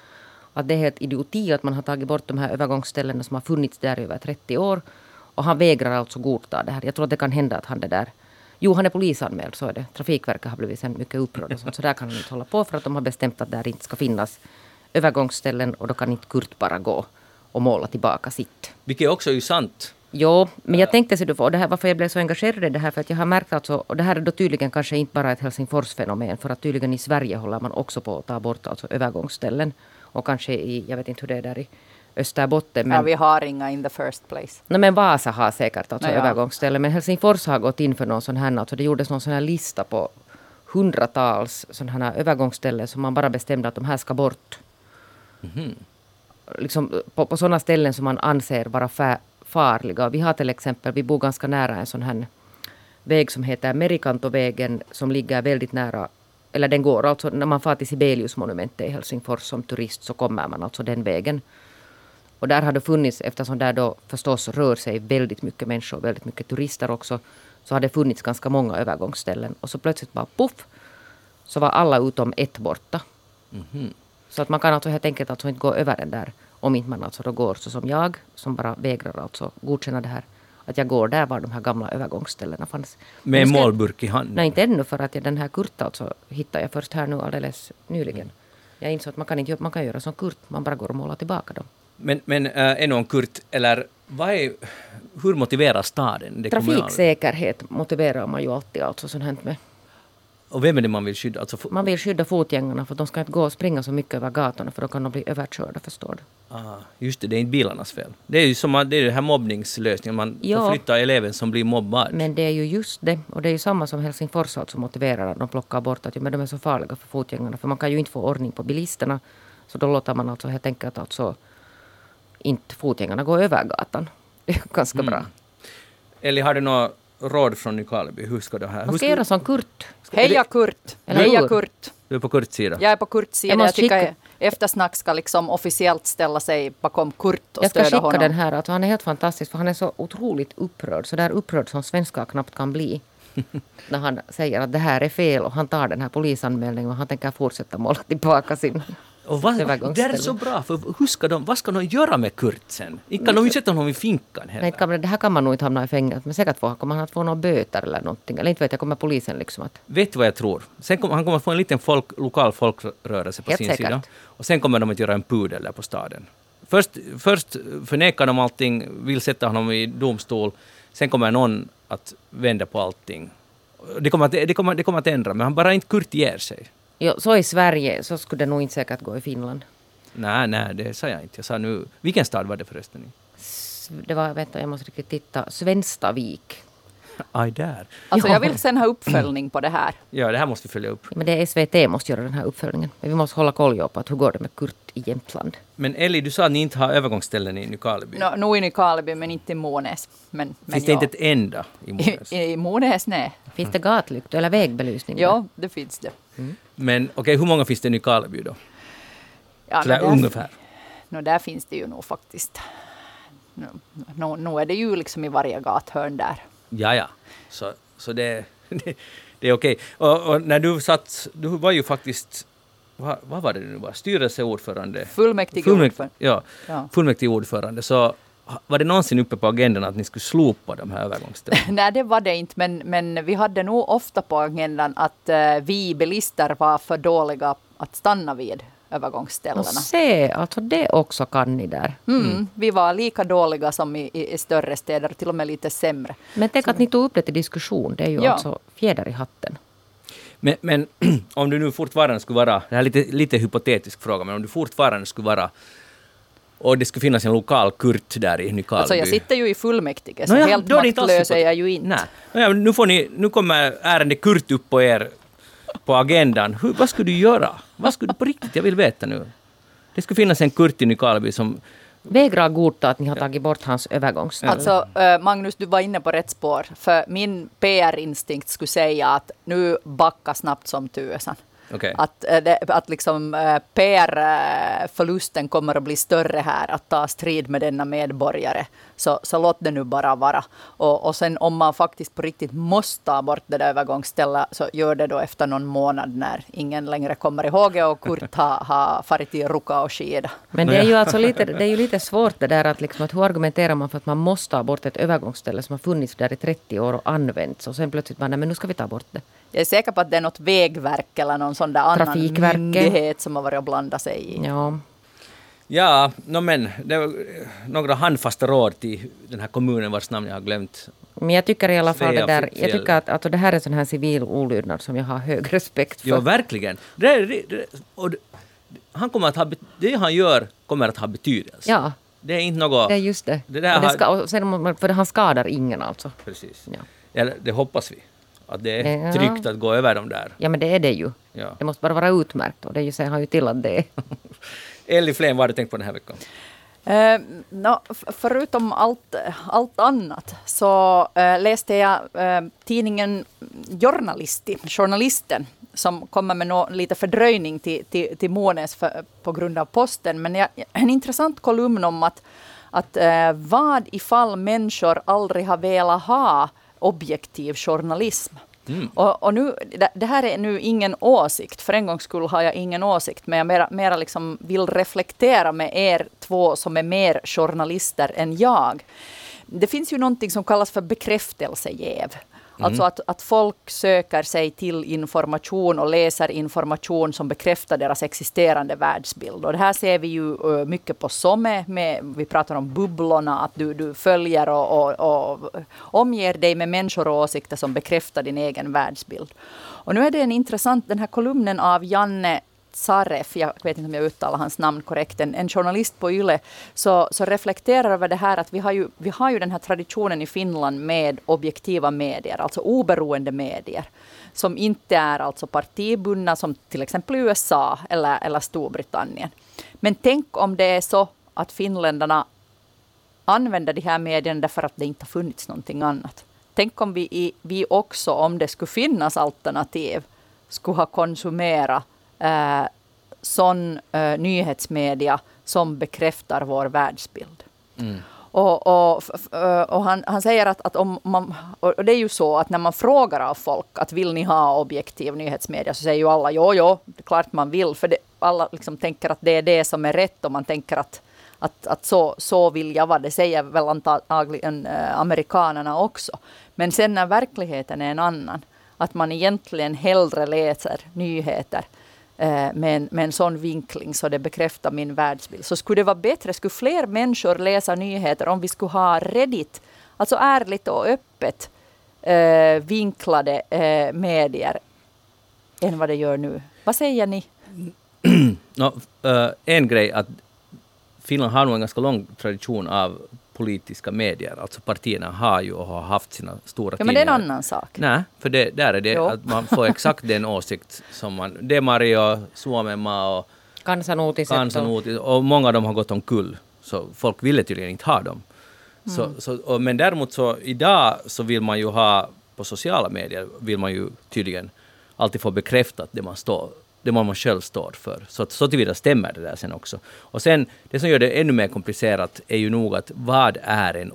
att det är helt idioti att man har tagit bort de här övergångsställena som har funnits där i över 30 år. Och han vägrar alltså godta det här. Jag tror att det kan hända att han det där... Jo, han är polisanmäld, så är det. Trafikverket har blivit sen mycket upprörd och sånt. Så där kan han inte hålla på för att de har bestämt att där inte ska finnas övergångsställen. Och då kan inte Kurt bara gå och måla tillbaka sitt. Vilket också är ju sant. Jo, men jag tänkte sig det här, varför jag blev så engagerad i det här, för att jag har märkt alltså, och det här är då tydligen kanske inte bara ett Helsingfors-fenomen, för att tydligen i Sverige håller man också på att ta bort alltså övergångsställen. Och kanske i, jag vet inte hur det är där i Österbotten. Men, ja, vi har inga in the first place. No, men Vasa har säkert alltså ja. övergångsställen, men Helsingfors har gått in för någon sån här, alltså det gjordes någon sån här lista på hundratals sådana här övergångsställen som man bara bestämde att de här ska bort. Mm. Liksom på sådana ställen som man anser vara farliga. Vi har till exempel, vi bor ganska nära en sån här väg som heter Merikantovägen som ligger väldigt nära, eller den går alltså när man far till Sibeliusmonumentet i Helsingfors som turist så kommer man alltså den vägen. Och där har det funnits, eftersom där då förstås rör sig väldigt mycket människor, väldigt mycket turister också, så har det funnits ganska många övergångsställen. Och så plötsligt bara puff, så var alla utom ett borta. Mm. Så att man kan alltså helt enkelt alltså inte gå över den där, om inte man alltså då går så som jag, som bara vägrar alltså godkänna det här. Att jag går där var de här gamla övergångsställena fanns. Med en målburk i handen? Nej, inte ännu, för att den här Kurt alltså hittade jag först här nu alldeles nyligen. Jag insåg att man kan göra som Kurt, man bara går och målar tillbaka dem. Men ännu om Kurt, eller hur motiverar staden? Trafiksäkerhet motiverar man ju alltid alltså sånt här med. Och vem är det man vill skydda? Alltså man vill skydda fotgängarna för att de ska inte gå och springa så mycket över gatorna för då kan de bli överkörda, förstår du. Just det är inte bilarnas fel. Det är ju som det är det här mobbningslösningen, man får flytta eleven som blir mobbad. Men det är ju just det, och det är ju samma som Helsingfors alltså motiverar att de plockar bort att men de är så farliga för fotgängarna för man kan ju inte få ordning på bilisterna så då låter man alltså helt enkelt alltså inte fotgängarna gå över gatan. Det är ganska bra. Eller har du något råd från Nykarleby? Hur ska det här? Man ska göra som Kurt. Heja Kurt! Heja Kurt! Du är på Kurts sida? Jag är på Kurts sida. Jag tycker Eftersnack ska liksom officiellt ställa sig bakom Kurt och stödja honom. Jag ska skicka den här. Alltså han är helt fantastisk för han är så otroligt upprörd. Så där upprörd som svenskar knappt kan bli. När han säger att det här är fel och han tar den här polisanmälningen och han tänker fortsätta måla tillbaka sin det är så bra, för vad ska de göra med Kurt sen? Inte kan de ju sätta honom i finkan heller. Nej, det här kan man nog inte hamna i fängelse. Men säkert kommer han att få några böter eller någonting. Eller inte vet jag, kommer polisen liksom att... Vet du vad jag tror? Han kommer att få en liten lokal folkrörelse på sin sida. Och sen kommer de att göra en pudel där på staden. Först förnekar de allting, vill sätta honom i domstol. Sen kommer någon att vända på allting. Det kommer att ändra, men han bara inte Kurt ger sig. Jo, så i Sverige så skulle det nog inte säkert gå i Finland. Nej, det sa jag inte. Jag sa nu, vilken stad var det förresten? Det var, vänta, jag måste riktigt titta. Svenstavik. Aj där. Alltså jag vill sen ha uppföljning på det här. Ja, det här måste vi följa upp. Men det är SVT måste göra den här uppföljningen. Men vi måste hålla koll på att hur går det med Kurt i Jämtland. Men Elli, du sa att ni inte har övergångsställen i Nykarleby. Nog i Nykarleby, men inte i Månäs. Men finns det inte ett enda i Månäs? I Månäs, nej. Finns det gatlykt eller vägbelysning? Ja, det finns det. Mm. Men okej, hur många finns det i Nykarleby då? Ja, sådär ungefär. Där finns det ju nog faktiskt. Nu är det ju liksom i varje gathörn där. Ja. Så det är okej. Och när du var ju faktiskt, vad var det nu var? Styrelseordförande? Fullmäktigeordförande. Ja, fullmäktigeordförande. Så var det någonsin uppe på agendan att ni skulle slopa de här övergångsställena? Nej, det var det inte. Men vi hade nog ofta på agendan att vi bilister var för dåliga att stanna vid övergångsställena. Och se, alltså det också kan ni där. Vi var lika dåliga som i större städer, till och med lite sämre. Men tänk att ni tog upp det till diskussion, det är ju alltså fjäder i hatten. Men om du nu fortfarande skulle vara, det här är lite hypotetisk fråga, men om du fortfarande skulle vara och det skulle finnas en lokal Kurt där i Nykarleby. Alltså jag sitter ju i fullmäktige, så helt maktlös är jag ju inte. Nu kommer ärende Kurt upp på er på agendan. Vad skulle du göra? Vad skulle du på riktigt? Jag vill veta nu. Det skulle finnas en Kurt i Nykarleby som... Vägrar godta att ni har tagit bort hans övergångsställe. Alltså Magnus, du var inne på rätt spår. För min PR-instinkt skulle säga att nu backa snabbt som tusan. Okay. Att liksom PR-förlusten kommer att bli större här, att ta strid med denna medborgare. Så låt det nu bara vara. Och sen om man faktiskt på riktigt måste ta bort det där övergångsstället, så gör det då efter någon månad när ingen längre kommer ihåg det och Kurt har farit i ruka och skida. Men det är ju alltså lite svårt det där att, liksom, att hur argumenterar man för att man måste ta bort ett övergångsställe som har funnits där i 30 år och använts, och sen plötsligt men nu ska vi ta bort det. Jag är säker på att det är något vägverk eller någon sån där annan myndighet som har varit att blanda sig i. Ja, men det var några handfasta råd till den här kommunen vars namn jag har glömt. Men jag tycker i alla fall jag tycker att det här är sån här civil olydnad som jag har hög respekt för. Ja, verkligen. Han kommer att det han gör kommer att ha betydelse. Ja. Det är inte något... Det är just det. För han skadar ingen alltså. Precis. Ja. Eller det hoppas vi. Att det är tryggt att gå över dem där. Ja, men det är det ju. Ja. Det måste bara vara utmärkt, och det säger han ju till att det är. Elli Flen, vad har du tänkt på den här veckan? Förutom allt annat så läste jag tidningen Journalisten, som kommer med lite fördröjning till Månes på grund av posten. Men en intressant kolumn om att vad ifall människor aldrig har velat ha objektiv journalism. Och nu, det här är nu ingen åsikt. För en gångs skull har jag ingen åsikt. Men jag mera liksom vill reflektera med er två som är mer journalister än jag. Det finns ju någonting som kallas för bekräftelsejäv. Alltså att folk söker sig till information och läser information som bekräftar deras existerande världsbild. Och det här ser vi ju mycket på SOME. Vi pratar om bubblorna, att du följer och omger dig med människor och åsikter som bekräftar din egen världsbild. Och nu är det den här kolumnen av Janne Saref, jag vet inte om jag uttalar hans namn korrekt, en journalist på YLE, så reflekterar över det här att vi har ju den här traditionen i Finland med objektiva medier, alltså oberoende medier, som inte är alltså partibundna som till exempel USA eller Storbritannien. Men tänk om det är så att finländarna använder de här medierna därför att det inte har funnits någonting annat. Tänk om vi också, om det skulle finnas alternativ, skulle ha konsumerat sån nyhetsmedia som bekräftar vår världsbild. Och han säger att om man, och det är ju så att när man frågar av folk att vill ni ha objektiv nyhetsmedia, så säger ju alla jo, det är klart man vill, för alla liksom tänker att det är det som är rätt, och man tänker att så vill jag vara. Det säger väl antagligen amerikanerna också. Men sen när verkligheten är en annan, att man egentligen hellre läser nyheter med en sån vinkling så det bekräftar min världsbild. Så skulle det vara bättre, skulle fler människor läsa nyheter om vi skulle ha Reddit, alltså ärligt och öppet vinklade medier, än vad det gör nu. Vad säger ni? En grej, att Finland har nog en ganska lång tradition av politiska medier. Alltså partierna har ju och har haft sina stora tidningar. Men det är en annan sak. Nej, för där är det att man får exakt den åsikt som man... Demari och Suomenmaa och Kansanuutiset och många av dem har gått omkull. Så folk ville tydligen inte ha dem. Men däremot så idag så vill man ju ha på sociala medier vill man ju tydligen alltid få bekräftat det man själv står för. Så tillvida stämmer det där sen också. Och sen, det som gör det ännu mer komplicerat är ju nog att vad är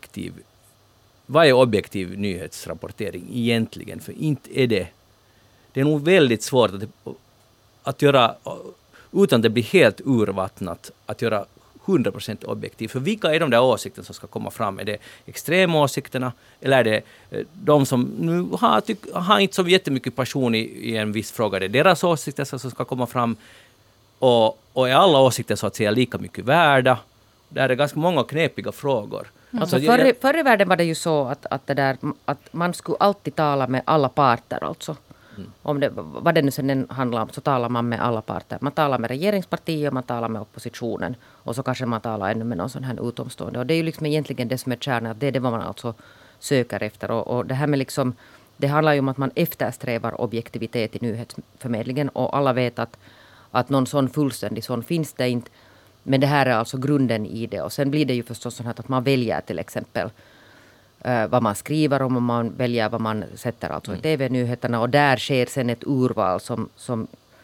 objektiv nyhetsrapportering egentligen? För inte är det är nog väldigt svårt att göra, utan det blir helt urvattnat, att göra 100% objektiv. För vilka är de där åsikterna som ska komma fram? Är det extremåsikterna? Eller är det de som nu har inte så jättemycket passion i en viss fråga? Det är deras åsikter som ska komma fram. Och är alla åsikter så att säga lika mycket värda? Det är ganska många knepiga frågor. Alltså förr i världen var det ju så att man skulle alltid tala med alla parter alltså. Om det, vad det nu sen handlar om, så talar man med alla parter. Man talar med regeringspartiet, man talar med oppositionen, och så kanske man talar ännu med någon sån här utomstående. Och det är ju liksom egentligen det som är kärnan, att det är det vad man alltså söker efter. Och det här med liksom, det handlar ju om att man eftersträvar objektivitet i nyhetsförmedlingen, och alla vet att någon sån fullständig sån finns det inte. Men det här är alltså grunden i det. Och sen blir det ju förstås så här att man väljer till exempel vad man skriver om, och man väljer vad man sätter alltså i tv-nyheterna, och där sker sen ett urval som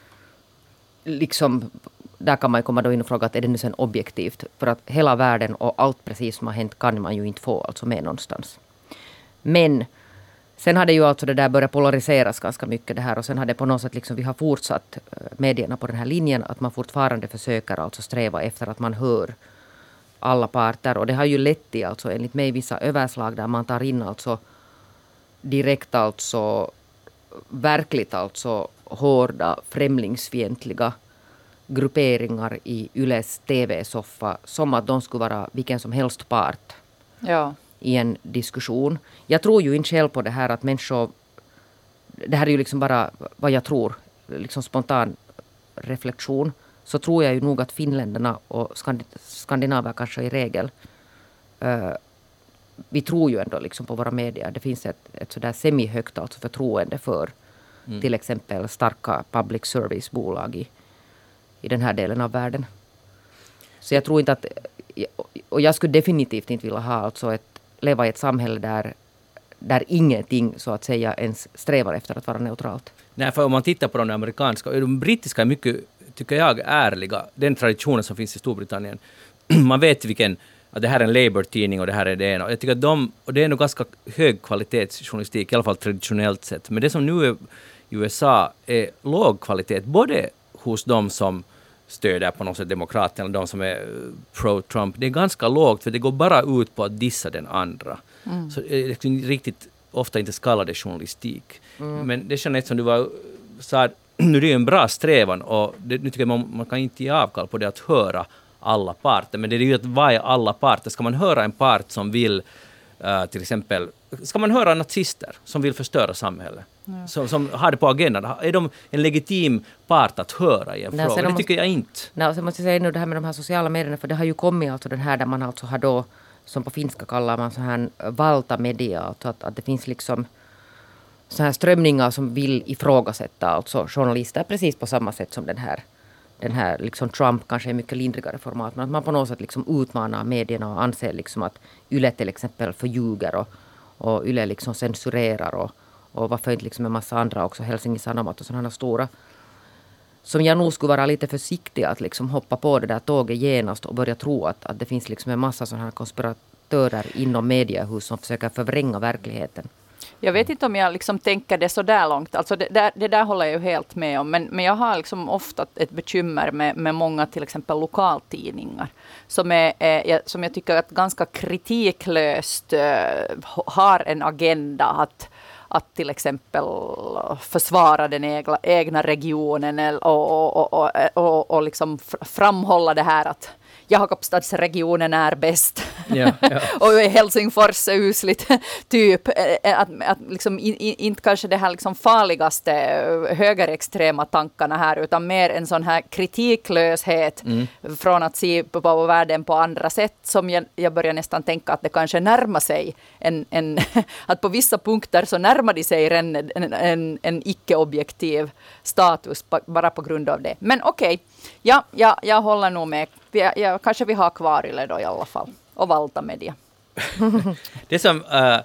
liksom, där kan man ju komma då in och fråga att är det nu sen objektivt? För att hela världen och allt precis som har hänt kan man ju inte få alltså med någonstans. Men sen hade ju alltså det där börjat polariseras ganska mycket det här. Och sen hade på något sätt liksom vi har fortsatt medierna på den här linjen. Att man fortfarande försöker alltså sträva efter att man hör alla parter. Och det har ju lett till alltså enligt mig vissa överslag där man tar in alltså direkt alltså verkligt alltså hårda främlingsfientliga grupperingar i Yles TV-soffa som att de skulle vara vilken som helst part i en diskussion. Jag tror ju inte själv på det här att människor, det här är ju liksom bara vad jag tror, liksom spontan reflektion, så tror jag ju nog att finländarna och skandinaver kanske i regel vi tror ju ändå liksom på våra medier. Det finns ett sådär semihögt alltså förtroende för till exempel starka public service-bolag i den här delen av världen. Så jag tror inte att, och jag skulle definitivt inte vilja ha alltså leva i ett samhälle där ingenting så att säga ens strävar efter att vara neutralt. Nej, för om man tittar på de amerikanska, och de brittiska är mycket, tycker jag, ärliga. Den traditionen som finns i Storbritannien. Man vet att det här är en Labour-tidning och det här är det ena. Jag tycker att och det är nog ganska hög kvalitetsjournalistik, i alla fall traditionellt sett. Men det som nu är i USA är låg kvalitet, både hos de som stöder på något sätt demokraterna eller de som är pro-Trump. Det är ganska lågt för det går bara ut på att dissa den andra. Så det är riktigt ofta inte skallade journalistik. Men det känns som du sa, nu är det ju en bra strävan och nu tycker jag man kan inte ge avkall på det att höra alla parter. Men det är ju att vad är alla parter? Ska man höra en part som vill till exempel, ska man höra nazister som vill förstöra samhället? Som har det på agendan. Är de en legitim part att höra i en fråga? Det tycker jag inte. Nej, så måste jag säga nu det här med de här sociala medierna, för det har ju kommit alltså den här där man alltså har då, som på finska kallar man så här valtamedia, alltså att det finns liksom så här strömningar som vill ifrågasätta alltså journalister precis på samma sätt som den här liksom Trump kanske är mycket lindrigare format, men att man på något sätt liksom utmanar medierna och anser liksom att Yle till exempel förljuger och Yle liksom censurerar och varför inte liksom en massa andra också, Helsingin Sanomat och sådana stora, som jag nog skulle vara lite försiktig att liksom hoppa på det där tåget genast och börja tro att det finns liksom en massa sådana här konspiratörer inom mediehus som försöker förvränga verkligheten. Jag vet inte om jag liksom tänker det så där långt. Alltså det där håller jag ju helt med om. Men jag har liksom ofta ett bekymmer med många till exempel lokaltidningar. Som jag tycker att ganska kritiklöst har en agenda att till exempel försvara den egna regionen och liksom framhålla det här att Jakobstadsregionen är bäst. Ja. Och Helsingfors är usligt typ. Att liksom inte kanske det här liksom farligaste högerextrema tankarna här, utan mer en sån här kritiklöshet från att se på världen på andra sätt, som jag börjar nästan tänka att det kanske närmar sig att på vissa punkter så närmar de sig en icke-objektiv status bara på grund av det. Men okej. Ja, jag håller nog med. Kanske vi har kvar Yle då i alla fall. Och valtamedia. Det som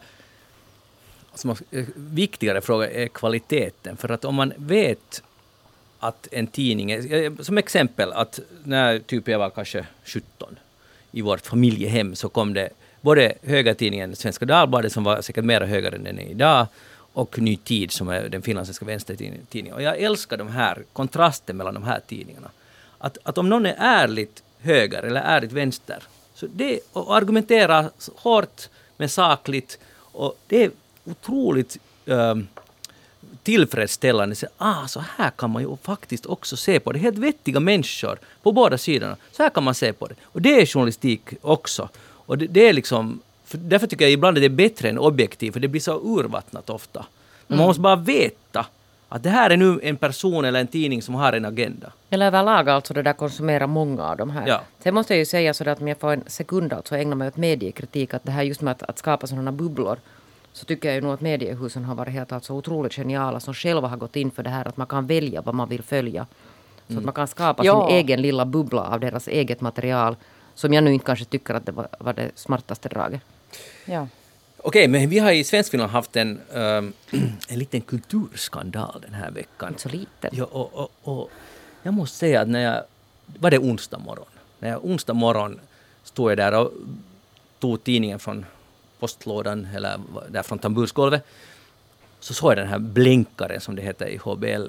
viktigare fråga är kvaliteten. För att om man vet att en tidning är, som exempel att när typ jag var kanske 17 i vårt familjehem, så kom det både högertidningen Svenska Dagbladet som var säkert mer högre än den är idag, och Ny Tid som är den finlandssvenska vänstertidningen. Och jag älskar de här kontrasten mellan de här tidningarna. Att om någon är ärligt höger eller ärligt vänster, så det och argumentera hårt men sakligt, och det är otroligt tillfredsställande. Så här kan man ju faktiskt också se på det. Helt vettiga människor på båda sidorna. Så här kan man se på det. Och det är journalistik också. Och det är liksom, därför tycker jag ibland att det är bättre än objektiv, för det blir så urvattnat ofta. Men man måste bara veta att det här är nu en person eller en tidning som har en agenda. Eller överlag alltså det där konsumerar många av de här. Ja. Sen måste jag ju säga så att om jag får en sekund alltså ägna mig åt mediekritik, att det här just med att skapa sådana bubblor, så tycker jag ju nog att mediehusen har varit helt alltså otroligt geniala som själva har gått in för det här att man kan välja vad man vill följa. Så att man kan skapa sin egen lilla bubbla av deras eget material, som jag nu inte kanske tycker att det var det smartaste draget. Ja. Okej, men vi har i Svenskfinland haft en liten kulturskandal den här veckan. Inte så liten. Ja, och Jag måste säga att var det onsdag morgon stod jag där och tog tidningen från postlådan eller där från tambursgolvet. Så såg jag den här blänkaren som det heter i HBL.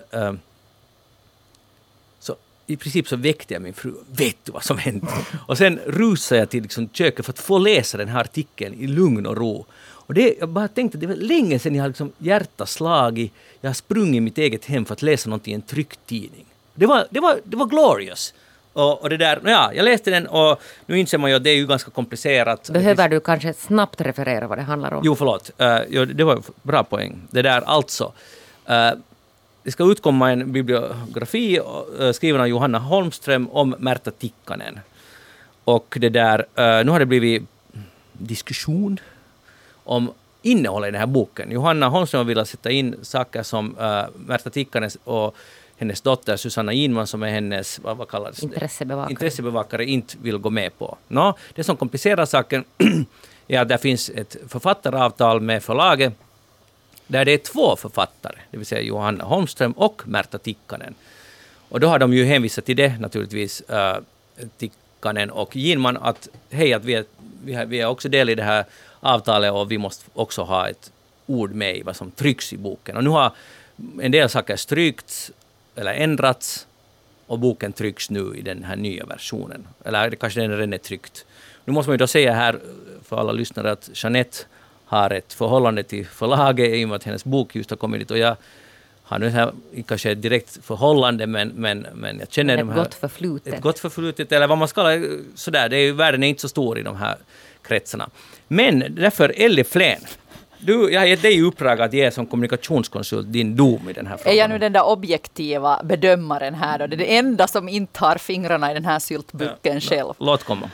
Så i princip så väckte jag min fru. Vet du vad som hänt? Och sen rusade jag till liksom köket för att få läsa den här artikeln i lugn och ro. Och jag bara tänkte, det var länge sedan jag har liksom hjärtat slagit. Jag har sprungit i mitt eget hem för att läsa någonting i en tryckt tidning. Det var glorious. Och det där, jag läste den och nu inser man ju att det är ju ganska komplicerat. Behöver du kanske snabbt referera vad det handlar om? Jo, förlåt. Det var bra poäng. Det där alltså. Det ska utkomma en bibliografi skriven av Johanna Holmström om Märta Tikkanen. Och det där, nu har det blivit diskussion om innehållet i den här boken. Johanna Holmström vill sätta in saker som Märta Tikkanen och hennes dotter Susanna Ginman som är hennes vad kallas intressebevakare inte vill gå med på. Det som komplicerar saken är att det finns ett författaravtal med förlaget där det är 2 författare, det vill säga Johanna Holmström och Märta Tikkanen. Och då har de ju hänvisat till det naturligtvis, Tikkanen och Ginman, att hej, att vi är också del i det här avtalet och vi måste också ha ett ord med i vad som trycks i boken. Och nu har en del saker strykts eller ändrats och boken trycks nu i den här nya versionen. Eller kanske den redan är tryckt. Nu måste man ju då säga här för alla lyssnare att Jeanette har ett förhållande till förlaget i och med att hennes bok just har kommit dit. Och jag har nu här, kanske ett direkt förhållande men jag känner de här... Ett gott förflutet. Eller vad man ska kalla sådär. Världen är inte så stor i de här kretsarna. Men därför Ellie Flen. Jag har gett dig uppdrag att ge som kommunikationskonsult din dom i den här frågan. Är jag nu den där objektiva bedömaren här då? Det är det enda som inte har fingrarna i den här syltbucken själv. Låt komma.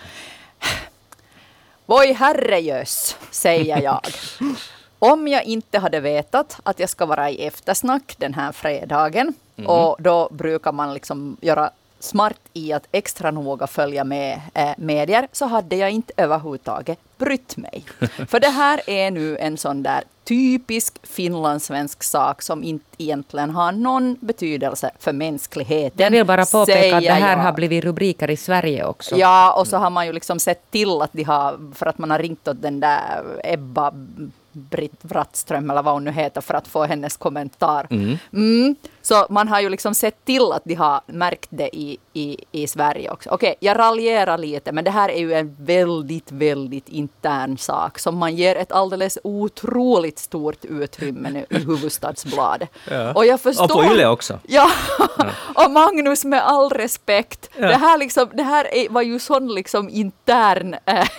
Voi herrejös, säger jag. Om jag inte hade vetat att jag ska vara i eftersnack den här fredagen och då brukar man liksom göra smart i att extra noga följa med medier, så hade jag inte överhuvudtaget brytt mig. För det här är nu en sån där typisk finlandssvensk sak som inte egentligen har någon betydelse för mänskligheten. Jag vill bara påpeka att det här har blivit rubriker i Sverige också. Ja, och så har man ju liksom sett till att de har, för att man har ringt åt den där Ebba Britt Wrattström eller vad hon nu heter för att få hennes kommentar. Så man har ju liksom sett till att de har märkt det i Sverige också. Okej, jag raljerar lite, men det här är ju en väldigt, väldigt intern sak som man ger ett alldeles otroligt stort utrymme nu i Hufvudstadsbladet. Ja. Och jag förstår... Och på Yle också. Ja, och Magnus, med all respekt. Ja. Det här var ju sån liksom intern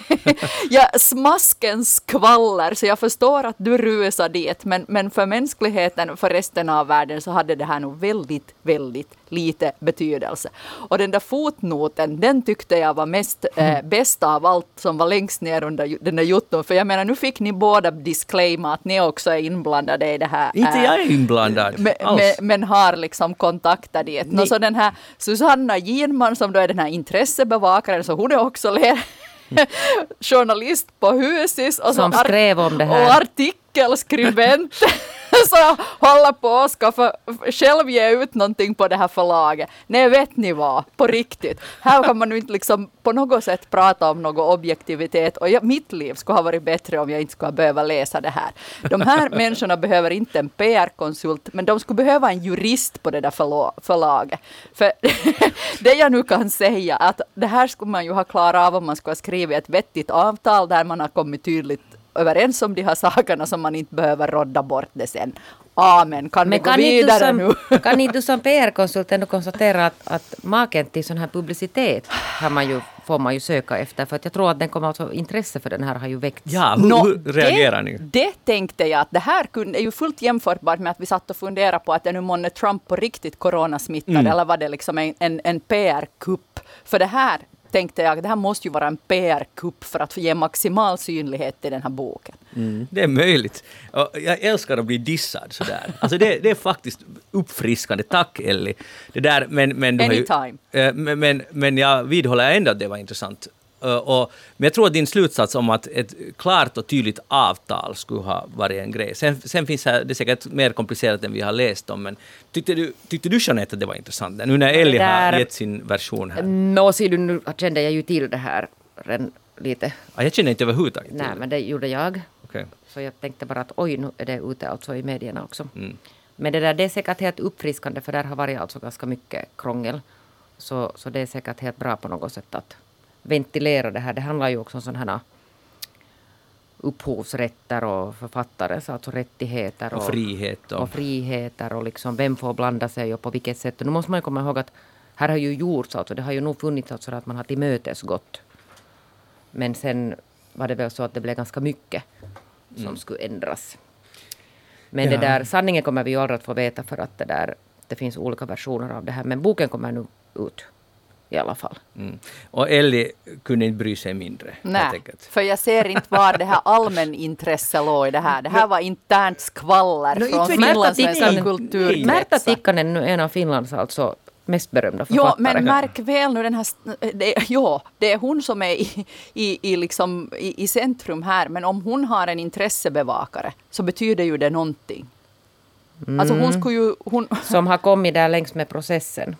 smaskens skvaller, så jag förstår att du rusar dit, men för mänskligheten, för resten av världen, så hade det här nog väldigt, väldigt lite betydelse. Och den där fotnoten, den tyckte jag var mest bästa av allt som var längst ner under den där jutton. För jag menar, nu fick ni båda disclaima att ni också är inblandade i det här. Inte jag är inblandad men har liksom kontaktat dit. Så den här Susanna Ginman som då är den här intressebevakaren, så hon är också journalist på Husis. Och som skrev om det här. Och artikelskribent. Så jag håller på att ska själv ge ut någonting på det här förlaget. Nej, vet ni vad? På riktigt. Här kan man ju inte liksom på något sätt prata om någon objektivitet. Och mitt liv skulle ha varit bättre om jag inte skulle behöva läsa det här. De här människorna behöver inte en PR-konsult, men de skulle behöva en jurist på det där förlaget. För det jag nu kan säga, att det här skulle man ju ha klarat av om man skulle ha skrivit ett vettigt avtal där man har kommit tydligt överens om de här sakerna som man inte behöver rodda bort det sen. Amen, kan vi gå vidare nu? Kan inte du som PR-konsult ändå konstatera att maken till sån här publicitet får man ju söka efter, för att jag tror att den kommer att få intresse för den här har ju väckts. Ja, hur reagerar ni? Det tänkte jag att det här är ju fullt jämförbart med att vi satt och funderade på att det nu månne Trump på riktigt coronasmittad eller var det liksom en PR-kupp? För det här tänkte jag att det här måste ju vara en PR-kupp för att ge maximal synlighet till den här boken. Det är möjligt. Jag älskar att bli dissad sådär. Alltså det är faktiskt uppfriskande. Tack, Ellie. Det där, men du anytime. Men jag vidhåller ändå att det var intressant. Men jag tror att din slutsats om att ett klart och tydligt avtal skulle ha varit en grej. Sen finns det säkert mer komplicerat än vi har läst om, men tyckte du Jeanette att det var intressant? Nu när Ellie har gett sin version här. Nu kände jag ju till det här lite. Jag känner inte överhuvudtaget till Nej, men det gjorde jag. Okay. Så jag tänkte bara att oj, nu är det ute alltså i medierna också. Men det är säkert helt uppfriskande, för där har varit alltså ganska mycket krångel. Så det är säkert helt bra på något sätt att ventilera det här. Det handlar ju också om sådana här upphovsrätter och författares, alltså rättigheter. Och frihet. Och friheter och liksom vem får blanda sig och på vilket sätt. Och nu måste man ju komma ihåg att här har ju gjorts, alltså det har ju nog funnits alltså att man har tillmötesgått. Men sen var det väl så att det blev ganska mycket som skulle ändras. Men det där, sanningen kommer vi ju aldrig att få veta, för att det finns olika versioner av det här. Men boken kommer nu ut i alla fall. Och Ellie kunde inte bry sig mindre. Nej, för jag ser inte var det här allmänintresse låg i det här. Det här var internt skvaller från finlandssvenska kulturkretsar. Märta Tikkanen är nu en av Finlands alltså mest berömda författare. Ja, men märk väl nu den här... det är hon som är i centrum här. Men om hon har en intressebevakare så betyder ju det någonting. Alltså hon skulle ju... Som har kommit där längs med processen.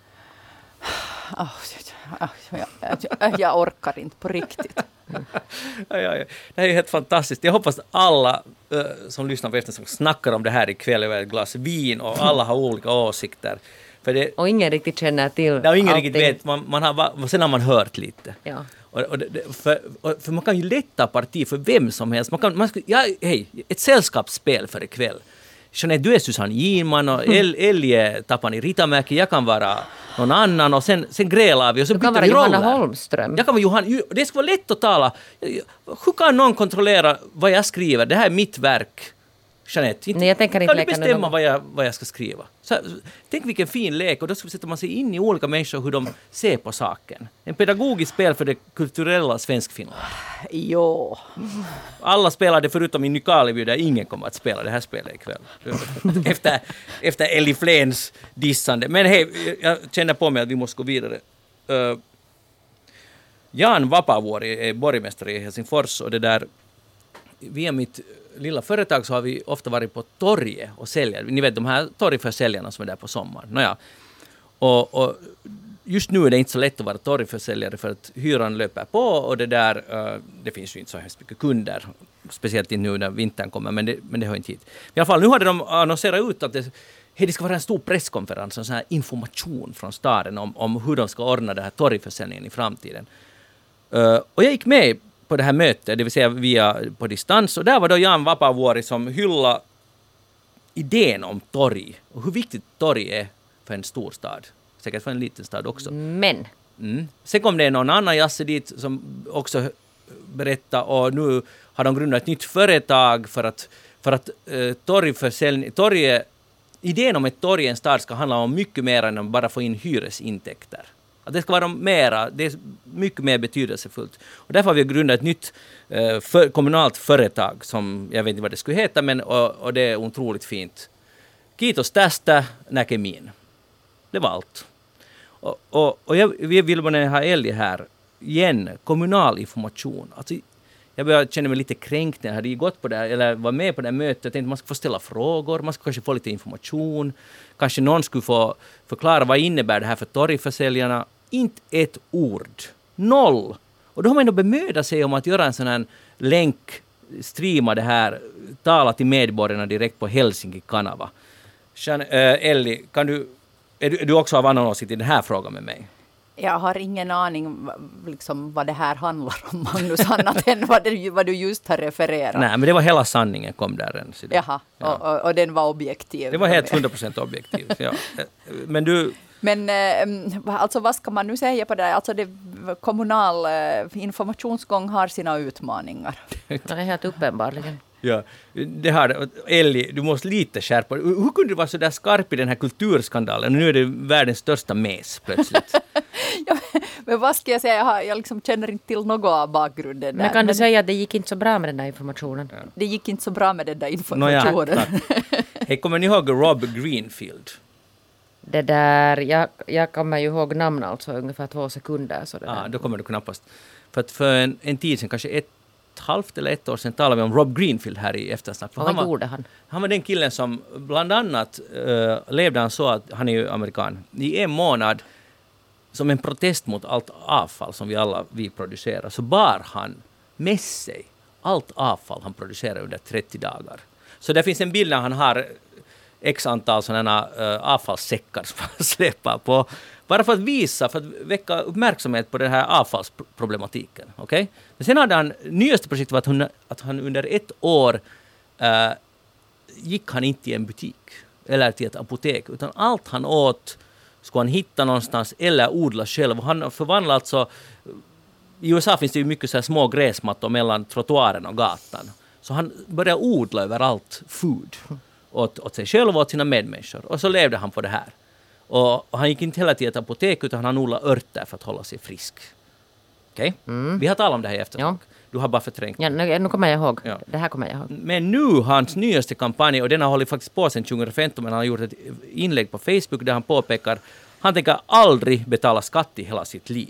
Jag orkar inte på riktigt. Det här är helt fantastiskt. Jag hoppas att alla som lyssnar på Eftersnack snackar om det här ikväll över ett glas vin, och alla har olika åsikter. Och ingen riktigt känner till allting. Ingen riktigt vet. Sen har man hört lite. Ja. För man kan ju lätta parti för vem som helst. Ett sällskapsspel för ikväll. Jeanette, du är Susanne Ginman och Ellie Tapani Ritamäki. Jag kan vara någon annan, och sen grälar vi och så byter vi roller. Du kan vara Johanna Holmström. Jag kan vara Johanna. Det ska vara lätt att tala. Hur kan någon kontrollera vad jag skriver? Det här är mitt verk. Jeanette, Nej, jag tänker inte kan du bestämma vad jag ska skriva? Så, tänk vilken fin lek, och då ska vi sätta man sig in i olika människor, hur de ser på saken. En pedagogisk spel för det kulturella Svenskfinland. Jo. Alla spelar det förutom i Nykarleby, där ingen kommer att spela det här spelet ikväll. efter Ellie Fléns dissande. Men hej, jag känner på mig att vi måste gå vidare. Jan Vapaavuori är borgmästare i Helsingfors, och det där, via mitt lilla företag så har vi ofta varit på torget och säljer. Ni vet de här torgförsäljarna som är där på sommaren. Nåja. Och just nu är det inte så lätt att vara torgförsäljare, för att hyran löper på, och det finns ju inte så hemskt mycket kunder. Speciellt nu när vintern kommer, men det hör inte hit. I alla fall, nu hade de annonserat ut att det ska vara en stor presskonferens, en sån här information från staden om hur de ska ordna det här torgförsäljningen i framtiden. Och jag gick med på det här mötet, det vill säga på distans, och där var då Jan Vapaavuori som hyllade idén om torg, och hur viktigt torg är för en stor stad. Säkert för en liten stad också. Men. Sen kom det någon annan jasse dit som också berättade, och nu har de grundat ett nytt företag för att idén om ett torg i en stad ska handla om mycket mer än att bara få in hyresintäkter. Att det ska vara det är mycket mer betydelsefullt. Och därför har vi grundat ett nytt kommunalt företag som, jag vet inte vad det skulle heta, men och det är otroligt fint. Kiitos tästä, näkemin. Det var allt. Och vi vill bara ha Ellie här igen, kommunal information. Alltså, jag började känna mig lite kränkt när jag hade gått på det här, eller var med på det här mötet. Jag tänkte att man ska få ställa frågor, man ska kanske få lite information. Kanske någon skulle få förklara vad innebär det här för torgförsäljarna. Inte ett ord. 0. Och då har man ändå bemödat sig om att göra en sån här länk, streama det här, tala till medborgarna direkt på Helsinki kanava. Ellie, är du också av annan åsikt i den här frågan med mig? Jag har ingen aning liksom, vad det här handlar om, Magnus, annat än vad du just har refererat. Nej, men det var hela sanningen kom där än. Jaha, ja. och den var objektiv. Det var helt 100% objektiv. Ja. Men alltså vad ska man nu säga på det? Alltså kommunal informationsgång har sina utmaningar. Det är helt uppenbarligen. Ja, det här, Ellie, du måste lite skärpa. Hur kunde du vara så där skarp i den här kulturskandalen? Nu är det världens största mes plötsligt. Ja, men vad ska jag säga? Jag liksom känner inte till något av bakgrunden. Men kan du säga att det gick inte så bra med den där informationen? Ja. Det gick inte så bra med den där informationen. Hej, kommer ni ihåg Rob Greenfield? Det där, jag kommer ju ihåg namn alltså ungefär 2 sekunder. Så det då kommer du knappast. För att för en tid sedan, kanske 1,5 eller 1 år sedan, talade vi om Rob Greenfield här i Eftersnack. Vad gjorde han? Han var den killen som bland annat levde han så att, han är ju amerikan, i en månad som en protest mot allt avfall som vi producerar, så bar han med sig allt avfall han producerar under 30 dagar. Så det finns en bild när han har x antal sådana avfallssäckar som han släpar på. Bara för att visa, för att väcka uppmärksamhet på den här avfallsproblematiken. Okay? Men sen hade han, nyaste projektet var att han under 1 år gick han inte i en butik eller till ett apotek, utan allt han åt skulle han hitta någonstans eller odla själv. Han förvandlar alltså, i USA finns det ju mycket så här små gräsmattor mellan trottoaren och gatan. Så han började odla överallt food åt sig själv och åt sina medmänniskor. Och så levde han på det här. Och han gick inte heller till ett apotek, utan han odlade örter för att hålla sig frisk. Okej? Okay? Vi har talat om det här i eftersnack. Ja. Du har bara förträngt. Ja, nu kommer jag ihåg. Ja. Det här kommer jag ihåg. Men nu, hans nyaste kampanj, och den har hållit faktiskt på sedan 2015, men han har gjort ett inlägg på Facebook där han påpekar han tänker aldrig betala skatt i hela sitt liv.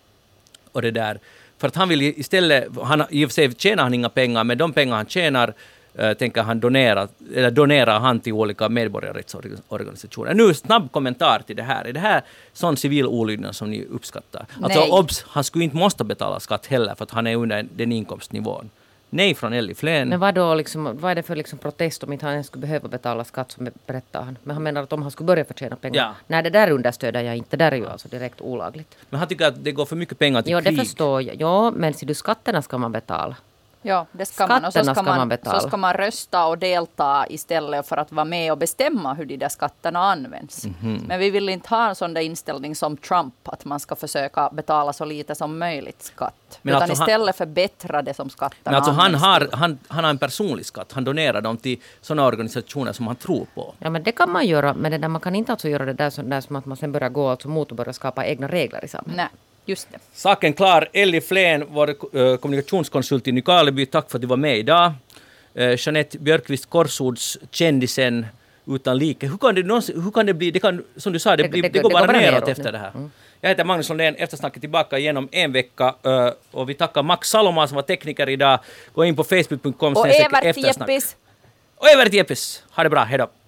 Och det där, för att han vill istället, i och för sig tjänar han inga pengar, men de pengar han tjänar tänker han donera han till olika medborgarrättsorganisationer. Nu snabb kommentar till det här. Är det här sån civil olydnad som ni uppskattar? Alltså obs, han skulle inte måste betala skatt heller för att han är under den inkomstnivån. Nej från Elli Flen. Men vad är det för liksom protest om inte han skulle behöva betala skatt, som berättar han? Men han menar att om han skulle börja förtjäna pengar. Ja. Nej, det där understöder jag inte. Det där är ju alltså direkt olagligt. Men han tycker att det går för mycket pengar till krig. Ja, det förstår jag. Ja, men ser du, skatterna ska man betala. Ja, det ska man. Och så ska man rösta och delta istället för att vara med och bestämma hur de där skatterna används. Mm-hmm. Men vi vill inte ha en sån där inställning som Trump, att man ska försöka betala så lite som möjligt skatt. Men utan alltså istället förbättra det som skatterna används. Men alltså han har en personlig skatt. Han donerar dem till sådana organisationer som han tror på. Ja, men det kan man göra. Men det där, man kan inte alltså göra det där som att man sen börjar gå alltså mot och börja skapa egna regler i samhället. Nej. Just det. Saken klar. Elli Flen, vår kommunikationskonsult i Nykarleby, tack för att du var med idag. Jeanette Björkqvist, korsordskändisen utan like. Hur kan det bli? Det kan, som du sa, det går bara neråt efter det här. Mm. Jag heter Magnus Lundén, Eftersnacket tillbaka igen om en vecka. Och vi tackar Max Saloma som var tekniker idag. Gå in på facebook.com. Och Evert Jeppis. Och Evert Jeppis. Ha det bra, hej då.